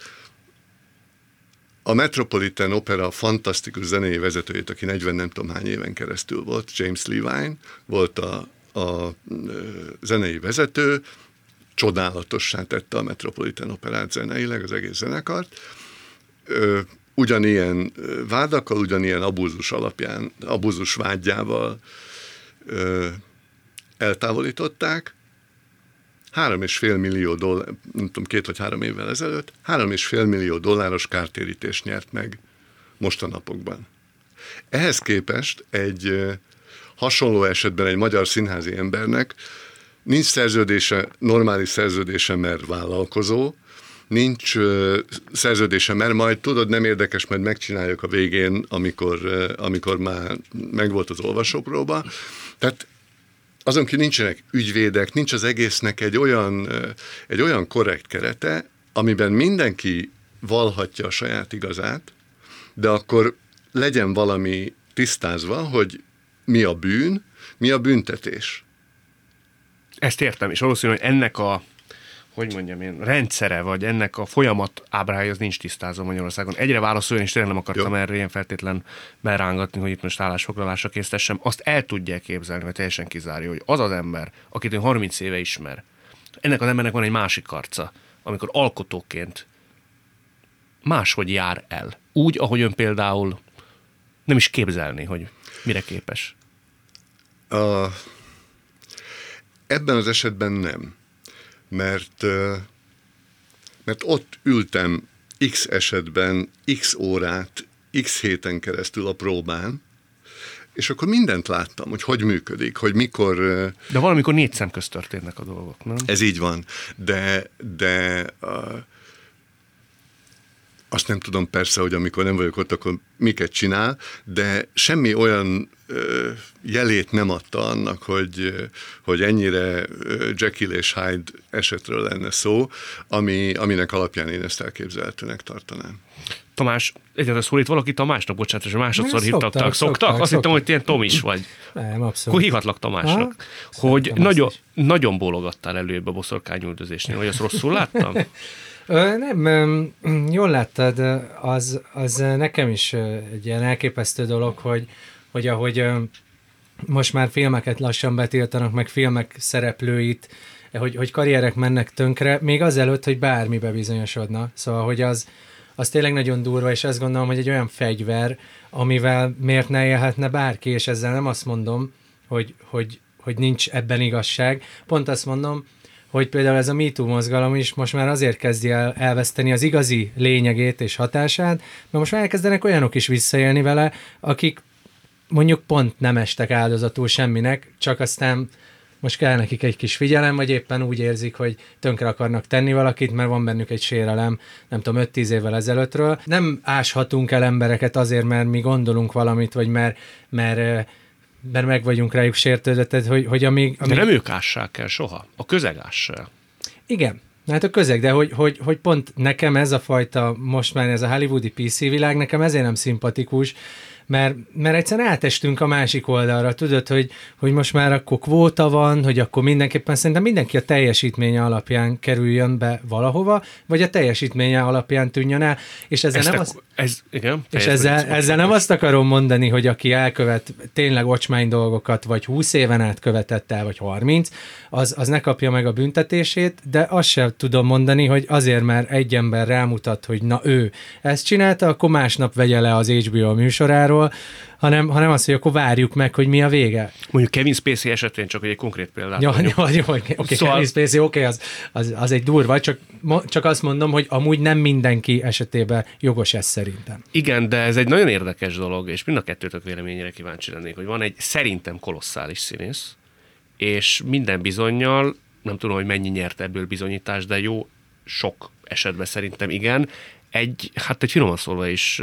a Metropolitan Opera fantasztikus zenei vezetőjét, aki negyven nem tudom hány éven keresztül volt, James Levine, volt a, a zenei vezető, csodálatossá tette a Metropolitan Operát zeneileg, az egész zenekart. Ö, ugyanilyen vádakkal, ugyanilyen abúzus alapján, abúzus vágyával ö, eltávolították. Három és fél millió dollár, nem tudom, két vagy három évvel ezelőtt, három és fél millió dolláros kártérítést nyert meg most a napokban. Ehhez képest egy ö, hasonló esetben egy magyar színházi embernek nincs szerződése, normális szerződése, mert vállalkozó, nincs uh, szerződése, mert majd tudod, nem érdekes, mert megcsináljuk a végén, amikor, uh, amikor már megvolt az olvasópróba. Tehát azon kívül nincsenek ügyvédek, nincs az egésznek egy olyan, uh, egy olyan korrekt kerete, amiben mindenki vallhatja a saját igazát, de akkor legyen valami tisztázva, hogy mi a bűn, mi a büntetés. Ezt értem, és valószínű, hogy ennek a, hogy mondjam én, rendszere, vagy ennek a folyamat ábrája, az nincs tisztázva Magyarországon. Egyre válaszolni, és tényleg nem akartam Jó. erre ilyen feltétlen berángatni, hogy itt most állásfoglalásra késztessem. Azt el tudják képzelni, vagy teljesen kizárja, hogy az az ember, akit ön harminc éve ismer, ennek az embernek van egy másik arca, amikor alkotóként máshogy jár el. Úgy, ahogy ön például nem is képzelni, hogy mire képes. A... Ebben az esetben nem, mert, mert ott ültem X esetben, X órát, X héten keresztül a próbán, és akkor mindent láttam, hogy hogy működik, hogy mikor... De valamikor négy szem közt történnek a dolgok, nem? Ez így van, de, de uh, azt nem tudom persze, hogy amikor nem vagyok ott, akkor miket csinál, de semmi olyan ö, jelét nem adta annak, hogy, hogy ennyire Jekyll és Hyde esetről lenne szó, ami, aminek alapján én ezt elképzelhetőnek tartanám. Tamás, egyáltalán szólít valaki Tamásnak? Bocsánat, és másodszor hívtak. Szoktak? Szoktak? Azt hittem, hogy ilyen Tom is vagy. Nem, abszolút. Akkor hívhatlak Tamásnak. Ha? Hogy nagyon, nagyon bólogattál előbb a boszorkányüldözésnél, hogy azt rosszul láttam? Ö, nem, jól láttad, az, az nekem is egy ilyen elképesztő dolog, hogy, hogy ahogy most már filmeket lassan betiltanak, meg filmek szereplőit, hogy, hogy karrierek mennek tönkre, még azelőtt, hogy bármi bebizonyosodna. Szóval, hogy az, az tényleg nagyon durva, és azt gondolom, hogy egy olyan fegyver, amivel miért ne élhetne bárki, és ezzel nem azt mondom, hogy, hogy, hogy nincs ebben igazság. Pont azt mondom, hogy például ez a MeToo mozgalom is most már azért kezdi el elveszteni az igazi lényegét és hatását, mert most már elkezdenek olyanok is visszaélni vele, akik mondjuk pont nem estek áldozatul semminek, csak aztán most kell nekik egy kis figyelem, vagy éppen úgy érzik, hogy tönkre akarnak tenni valakit, mert van bennük egy sérelem, nem tudom, öt-tíz évvel ezelőttről. Nem áshatunk el embereket azért, mert mi gondolunk valamit, vagy mert, mert mert meg vagyunk rájuk sértődve, tehát hogy, hogy amíg, amíg... De nem ők ássák el soha, a közeg ássa el. Igen, hát a közeg, de hogy, hogy, hogy pont nekem ez a fajta, most már ez a hollywoodi pé cé világ, nekem ezért nem szimpatikus, mert, mert egyszerűen átestünk a másik oldalra, tudod, hogy, hogy most már akkor kvóta van, hogy akkor mindenképpen szerintem mindenki a teljesítménye alapján kerüljön be valahova, vagy a teljesítménye alapján tűnjön el, és ezzel nem, az... ez, igen, és ezzel, ezzel nem azt akarom mondani, hogy aki elkövet tényleg ocsmány dolgokat, vagy húsz éven át követett el, vagy harminc, az, az ne kapja meg a büntetését, de azt sem tudom mondani, hogy azért, mert egy ember rámutat, hogy na ő ezt csinálta, akkor másnap vegye le az há bé o műsoráról, hanem, hanem azt, hogy akkor várjuk meg, hogy mi a vége. Mondjuk Kevin Spacey esetén csak egy konkrét példát. Jó, jó, jó, oké, okay, szóval... Kevin Spacey, oké, okay, az, az, az egy durva, csak, csak azt mondom, hogy amúgy nem mindenki esetében jogos ez szerintem. Igen, de ez egy nagyon érdekes dolog, és mind a kettőtök véleményére kíváncsi lennék, hogy van egy szerintem kolosszális színész, és minden bizonnyal, nem tudom, hogy mennyi nyert ebből bizonyítás, de jó, sok esetben szerintem igen, egy, hát egy finoman szólva is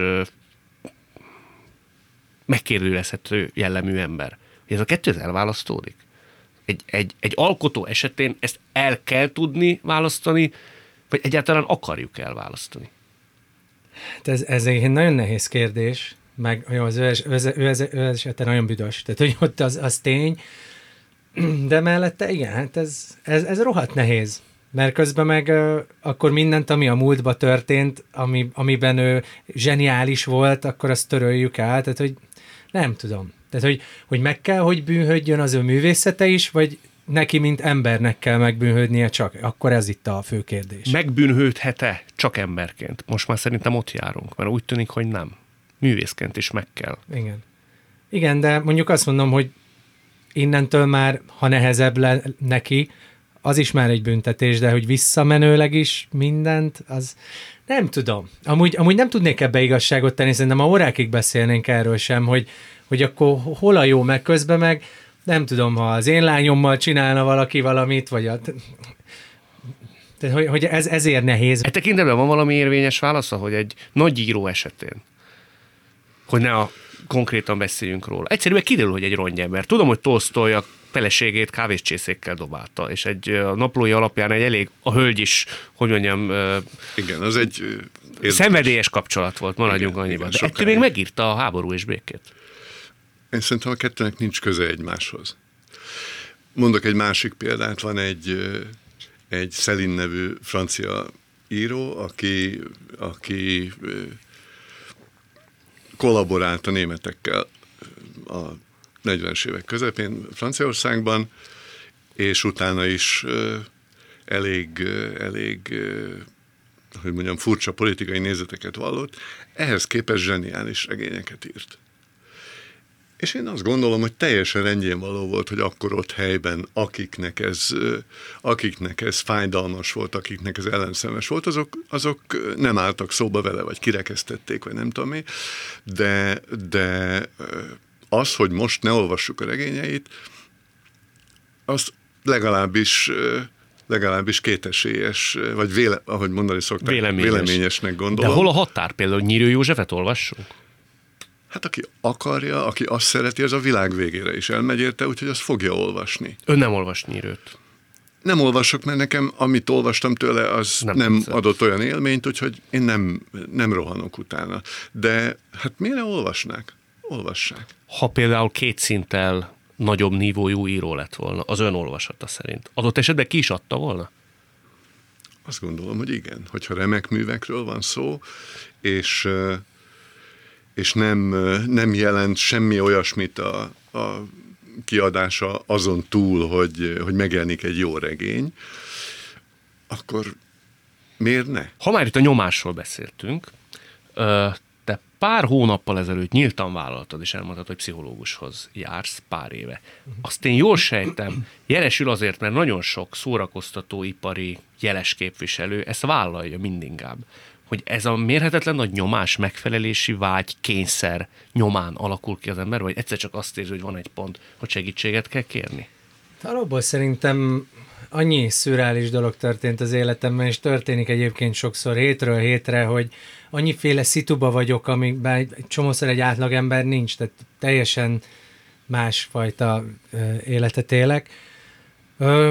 megkérdőjelezhető jellemű ember. Ez a kettő elválasztódik. Egy, egy, egy alkotó esetén ezt el kell tudni választani, vagy egyáltalán akarjuk elválasztani? Ez, ez egy nagyon nehéz kérdés, meg jó, az ő, ő, ő, ő esetén nagyon büdös. Tehát, hogy ott az, az tény, de mellette igen, hát ez, ez, ez rohadt nehéz. Mert közben meg uh, akkor mindent, ami a múltban történt, ami, amiben ő zseniális volt, akkor azt töröljük el. Tehát, hogy nem tudom. Tehát, hogy, hogy meg kell, hogy bűnhődjön az ő művészete is, vagy neki, mint embernek kell megbűnhődnie csak. Akkor ez itt a fő kérdés. Megbűnhődhet-e csak emberként? Most már szerintem ott járunk, mert úgy tűnik, hogy nem. Művészként is meg kell. Igen. Igen, de mondjuk azt mondom, hogy innentől már, ha nehezebb le neki, az is már egy büntetés, de hogy visszamenőleg is mindent, az nem tudom. Amúgy, amúgy nem tudnék ebbe igazságot tenni, szerintem a órákig beszélnénk erről sem, hogy, hogy akkor hol a jó, meg közben meg nem tudom, ha az én lányommal csinálna valaki valamit, vagy a... Tehát, hogy, hogy ez, ezért nehéz. E tekintetben van valami érvényes válasza, hogy egy nagy író esetén, hogy ne a konkrétan beszéljünk róla. Egyszerűen kiderül, hogy egy rongyember. Tudom, hogy Tolsztoj a feleségét kávéscsészékkel dobálta, és egy a naplói alapján egy elég, a hölgy is, hogy mondjam... Igen, az egy... Érdekes. Szenvedélyes kapcsolat volt, maradjunk annyiban. De ettől még megírta a Háború és békét. Én szerintem a kettőnek nincs köze egymáshoz. Mondok egy másik példát, van egy, egy Céline nevű francia író, aki, aki kollaborált a németekkel a negyvenes évek közepén Franciaországban, és utána is elég, elég, hogy mondjam, furcsa politikai nézeteket vallott, ehhez képest zseniális regényeket írt. És én azt gondolom, hogy teljesen rendjén való volt, hogy akkor ott helyben, akiknek ez, akiknek ez fájdalmas volt, akiknek ez ellenszemes volt, azok, azok nem álltak szóba vele, vagy kirekesztették, vagy nem tudom mi, de, de az, hogy most ne olvassuk a regényeit, azt legalábbis, legalábbis kétesélyes, vagy véle, ahogy mondani szokták, véleményes. véleményesnek gondolom. De hol a határ például, hogy Nyírő Józsefet olvassunk? Hát aki akarja, aki azt szereti, az a világ végére is elmegy érte, úgyhogy azt fogja olvasni. Ön nem olvas Nyírőt. Nem olvasok, mert nekem, amit olvastam tőle, az nem, nem adott olyan élményt, úgyhogy én nem, nem rohanok utána. De hát miért ne olvasnák? Olvassák. Ha például két szinttel nagyobb nívójú író lett volna, az ön olvasata szerint, adott esetben ki is adta volna? Azt gondolom, hogy igen. Hogyha remek művekről van szó, és... és nem, nem jelent semmi olyasmit a, a kiadása azon túl, hogy, hogy megjelenik egy jó regény, akkor miért ne? Ha már itt a nyomásról beszéltünk, te pár hónappal ezelőtt nyíltan vállaltad, és elmondtad, hogy pszichológushoz jársz pár éve. Azt én jól sejtem, jelesül azért, mert nagyon sok szórakoztatóipari jeles képviselő ezt vállalja mindinkább, hogy ez a mérhetetlen nagy nyomás, megfelelési vágy, kényszer nyomán alakul ki az ember, vagy egyszer csak azt érzi, hogy van egy pont, hogy segítséget kell kérni? Alapból szerintem annyi szürreális dolog történt az életemben, és történik egyébként sokszor hétről hétre, hogy annyiféle szituba vagyok, amikben egy csomószor egy átlagember nincs, tehát teljesen másfajta ö, életet élek. Ö,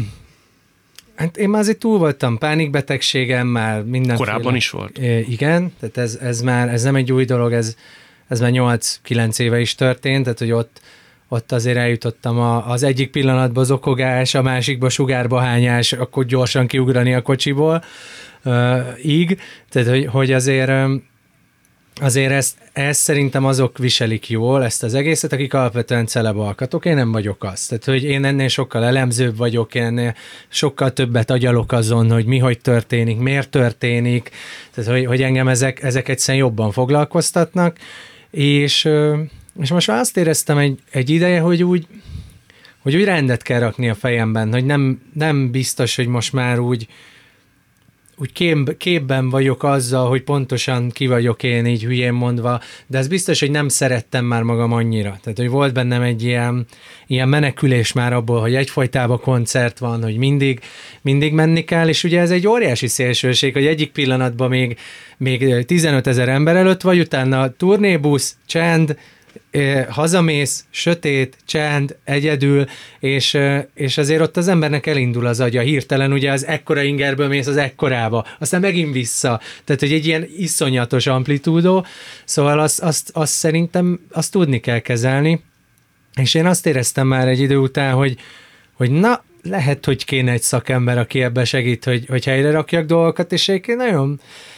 Hát én már azért túl voltam pánikbetegségemmel, mindenféle. Korábban is volt? Igen, tehát ez, ez már ez nem egy új dolog, ez, ez már nyolc-kilenc éve is történt, tehát hogy ott, ott azért eljutottam a, az egyik pillanatban zokogás, a másikba sugárba hányás, akkor gyorsan kiugrani a kocsiból, uh, íg, tehát hogy, hogy azért... Azért ezt, ezt szerintem azok viselik jól, ezt az egészet, akik alapvetően celebalkatok, én nem vagyok az. Tehát, hogy én ennél sokkal elemzőbb vagyok, én ennél sokkal többet agyalok azon, hogy mi hogy történik, miért történik, tehát, hogy, hogy engem ezek, ezek egyszerűen jobban foglalkoztatnak, és, és most már azt éreztem egy, egy ideje, hogy úgy, hogy úgy rendet kell rakni a fejemben, hogy nem, nem biztos, hogy most már úgy úgy kép, képben vagyok azzal, hogy pontosan ki vagyok én, így hülyén mondva, de ez biztos, hogy nem szerettem már magam annyira. Tehát, hogy volt bennem egy ilyen, ilyen menekülés már abból, hogy egyfolytában koncert van, hogy mindig, mindig menni kell, és ugye ez egy óriási szélsőség, hogy egyik pillanatban még, még tizenötezer ember előtt vagy, utána turnébusz, csend, hazamész, sötét, csend, egyedül, és, és azért ott az embernek elindul az agya hirtelen, ugye az ekkora ingerből mész az ekkorába, aztán megint vissza, tehát hogy egy ilyen iszonyatos amplitúdó, szóval azt, azt, azt szerintem azt tudni kell kezelni, és én azt éreztem már egy idő után, hogy, hogy na, lehet, hogy kéne egy szakember, aki ebben segít, hogy, hogy helyre rakjak dolgokat, és egyébként nagyon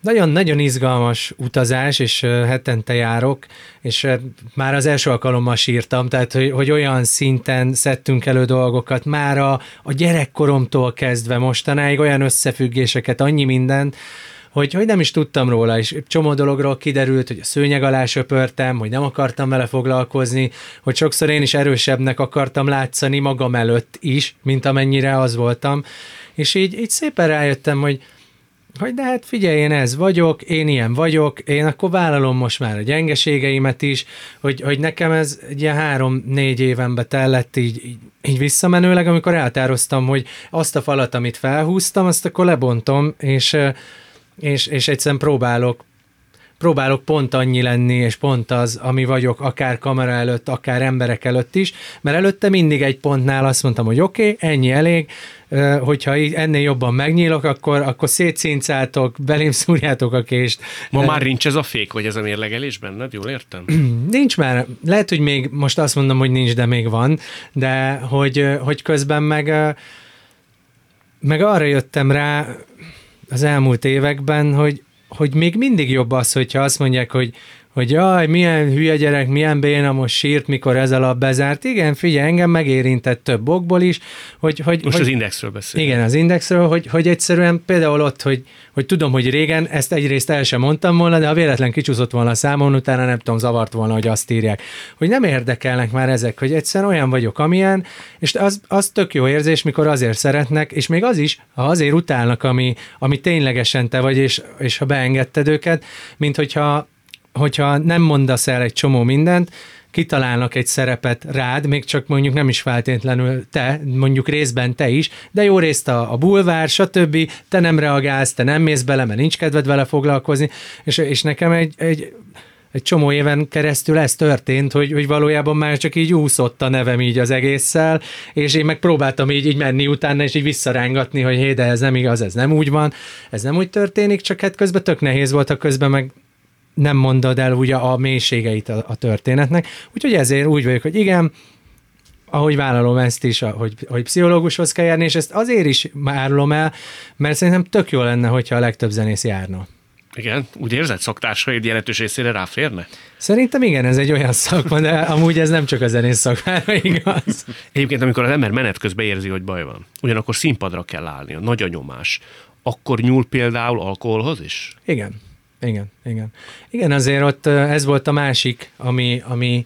nagyon-nagyon izgalmas utazás, és hetente járok, és már az első alkalommal sírtam, tehát hogy, hogy olyan szinten szedtünk elő dolgokat, már a, a gyerekkoromtól kezdve mostanáig olyan összefüggéseket, annyi mindent, hogy, hogy nem is tudtam róla, és csomó dologról kiderült, hogy a szőnyeg alá söpörtem, hogy nem akartam vele foglalkozni, hogy sokszor én is erősebbnek akartam látszani magam előtt is, mint amennyire az voltam, és így, így szépen rájöttem, hogy hogy de hát figyelj, én ez vagyok, én ilyen vagyok, én akkor vállalom most már a gyengeségeimet is, hogy, hogy nekem ez egy ilyen három-négy évenbe tellett így, így, így visszamenőleg, amikor eltároztam, hogy azt a falat, amit felhúztam, azt akkor lebontom, és, és, és egyszerűen próbálok próbálok pont annyi lenni, és pont az, ami vagyok, akár kamera előtt, akár emberek előtt is, mert előtte mindig egy pontnál azt mondtam, hogy oké, okay, ennyi elég, hogyha ennél jobban megnyílok, akkor, akkor szétszincáltok, belém szúrjátok a kést. Ma már nincs ez a fék, vagy ez a mérlegelés benned, jól értem? Nincs már. Lehet, hogy még most azt mondom, hogy nincs, de még van, de hogy, hogy közben meg, meg arra jöttem rá az elmúlt években, hogy hogy még mindig jobb az, hogyha azt mondják, hogy, hogy jaj, milyen hülye gyerek, milyen béna, most sírt, mikor ez alap bezárt. Igen, figyelj, engem megérintett több okból is. Hogy, hogy, most hogy, az Indexről beszélünk. Igen, az Indexről, hogy, hogy egyszerűen például ott, hogy, hogy tudom, hogy régen ezt egyrészt el sem mondtam volna, de ha véletlen kicsúszott volna a számon, utána nem tudom, zavart volna, hogy azt írják. Hogy nem érdekelnek már ezek, hogy egyszerűen olyan vagyok, amilyen, és az, az tök jó érzés, mikor azért szeretnek, és még az is, ha azért utálnak, ami, ami ténylegesen te vagy, és, és ha beengedted őket, mint hogyha hogyha nem mondasz el egy csomó mindent, kitalálnak egy szerepet rád, még csak mondjuk nem is feltétlenül te, mondjuk részben te is, de jó részt a, a bulvár, stb. Te nem reagálsz, te nem mész bele, mert nincs kedved vele foglalkozni, és, és nekem egy, egy, egy csomó éven keresztül ez történt, hogy, hogy valójában már csak így úszott a nevem így az egésszel, és én meg próbáltam így, így menni utána, és így visszarángatni, hogy hé, de ez nem igaz, ez nem úgy van, ez nem úgy történik, csak hát közben tök nehéz volt, a közben meg nem mondod el ugye a mélységeit a, a történetnek. Úgyhogy ezért úgy vagyok, hogy igen, ahogy vállalom ezt is, hogy, hogy pszichológushoz kell járni, és ezt azért is árulom el, mert szerintem tök jó lenne, hogyha a legtöbb zenész járna. Igen? Úgy érzed, szaktársaid jelentős részére ráférne? Szerintem igen, ez egy olyan szakma, de amúgy ez nem csak a zenész szakmára igaz. Egyébként, amikor az ember menet közben érzi, hogy baj van, ugyanakkor színpadra kell állni, a nagy a nyomás, akkor nyúl például alkoholhoz is? Igen. Igen, igen. Igen, azért ott ez volt a másik, ami, ami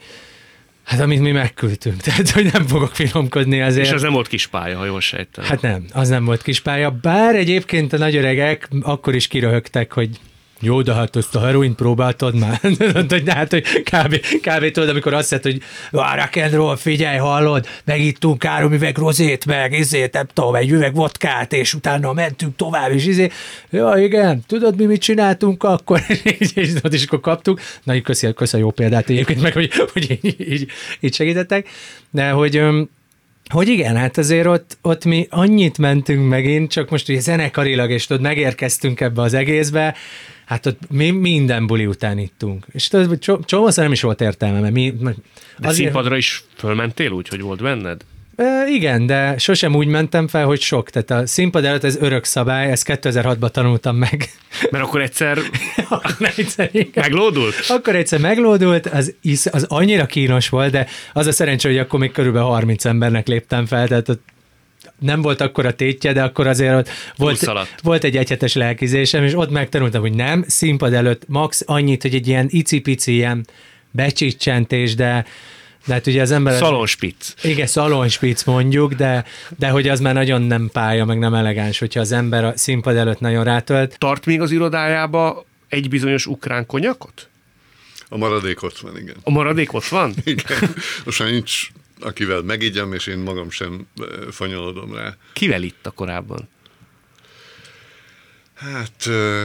hát amit mi megküldtünk. Tehát, hogy nem fogok finomkodni azért. És az nem volt kispálya, ha jól sejtem. Hát nem, az nem volt kispálya. Bár egyébként a nagy öregek akkor is kiröhögtek, hogy jó, de hát azt a heroint próbáltad már. de hát, hogy kb. kb. Tudod, amikor azt mondta, hogy rock and roll, figyelj, hallod, megittunk három üveg rozét, meg izét, nem tudom, egy üveg vodkát, és utána mentünk tovább, és izé, ja, igen, tudod, mi mit csináltunk akkor, és, és, és akkor kaptuk. Na, így köszi, köszi a jó példát egyébként meg, hogy, hogy így, így, így segítettek. De hogy... Hogy igen, hát azért ott, ott mi annyit mentünk megint, csak most ugye zenekarilag, és tudod, megérkeztünk ebbe az egészbe, hát ott mi minden buli után ittunk. És tudod, csomószor nem is volt értelme, mert mi... De azért... színpadra is fölmentél úgy, hogy volt benned? E, igen, de sosem úgy mentem fel, hogy sok. Tehát a színpad előtt ez örök szabály, ezt kétezer-hatban tanultam meg. Mert akkor egyszer, akkor egyszer meglódult? Akkor egyszer meglódult, az, az annyira kínos volt, de az a szerencsé, hogy akkor még körülbelül harminc embernek léptem fel, tehát ott nem volt akkor a tétje, de akkor azért ott volt, volt egy egyhetes lelkizésem, és ott megtanultam, hogy nem, színpad előtt max annyit, hogy egy ilyen icipici ilyen becsicsentés, de de hát ugye az ember... Szalonspic. Igen, szalonspic mondjuk, de, de hogy az már nagyon nem pálya, meg nem elegáns, hogyha az ember a színpad előtt nagyon rátölt. Tart még az irodájába egy bizonyos ukrán konyakot? A maradék ott van, igen. A maradék ott van? Igen. Most már nincs, akivel megigyem, és én magam sem fanyalodom rá. Kivel itt a korábban? Hát... Uh,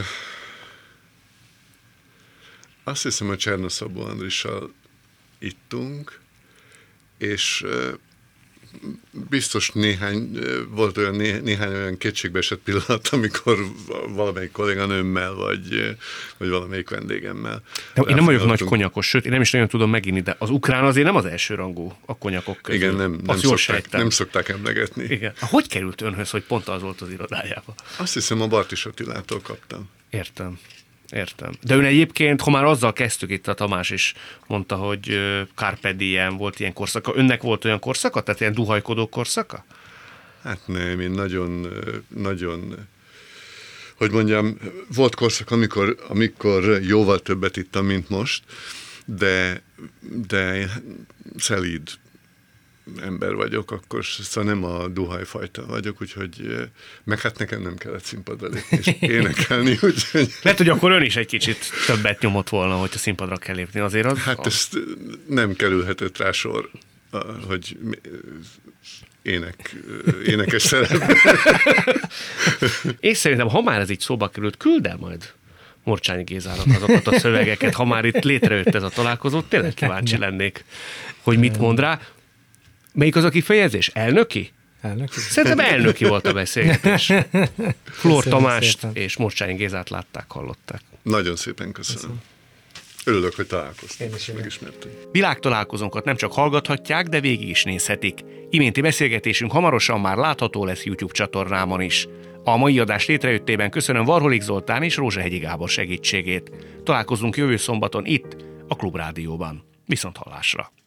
azt hiszem, hogy Csernoszabó Andrissal ittunk, és biztos néhány, volt olyan né, néhány olyan kétségbeesett pillanat, amikor valamelyik kolléganőmmel, vagy, vagy valamelyik vendégemmel. De én nem vagyok nagy konyakos, sőt, én nem is nagyon tudom meginni, de az ukrán azért nem az első rangú a konyakok közül. Igen, nem, nem, szokták, nem szokták emlegetni. Igen. Hogy került önhöz, hogy pont az volt az irodájába? Azt hiszem, a Bartis Attilától kaptam. Értem. Értem. De ön egyébként, ha már azzal kezdtük, itt a Tamás is mondta, hogy Carpe Diem volt ilyen korszaka. Önnek volt olyan korszaka? Tehát ilyen duhajkodó korszaka? Hát nem, én nagyon, nagyon, hogy mondjam, volt korszak, amikor, amikor jóval többet ittam, mint most, de, de szelíd ember vagyok, akkor szóval nem a duhajfajta vagyok, úgyhogy meg hát nekem nem kellett színpadra lépni és énekelni, úgyhogy... Lehet, hogy akkor ön is egy kicsit többet nyomott volna, hogy a színpadra kell lépni. Azért az... Hát ezt nem kerülhetett rá sor, hogy ének, énekes szerep. És szerintem, ha már ez így szóba került, küld el majd Morcsányi Gézának azokat a szövegeket, ha már itt létrejött ez a találkozó, tényleg kíváncsi lennék, hogy mit mond rá. Melyik az a kifejezés? Elnöki? Elnöki? Szerintem elnöki volt a beszélgetés. Flór Köszönöm Tamást szépen. és Morcsányi Gézát látták, hallották. Nagyon szépen köszönöm. köszönöm. Örülök, hogy találkoztunk. Én is örülök. Megismertünk. Világtalálkozónkat nem csak hallgathatják, de végig is nézhetik. Iménti beszélgetésünk hamarosan már látható lesz YouTube csatornámon is. A mai adás létrejöttében köszönöm Varholik Zoltán és Rózsahegyi Gábor segítségét. Találkozunk jövő szombaton itt, a Klubrádióban. Viszont hallásra!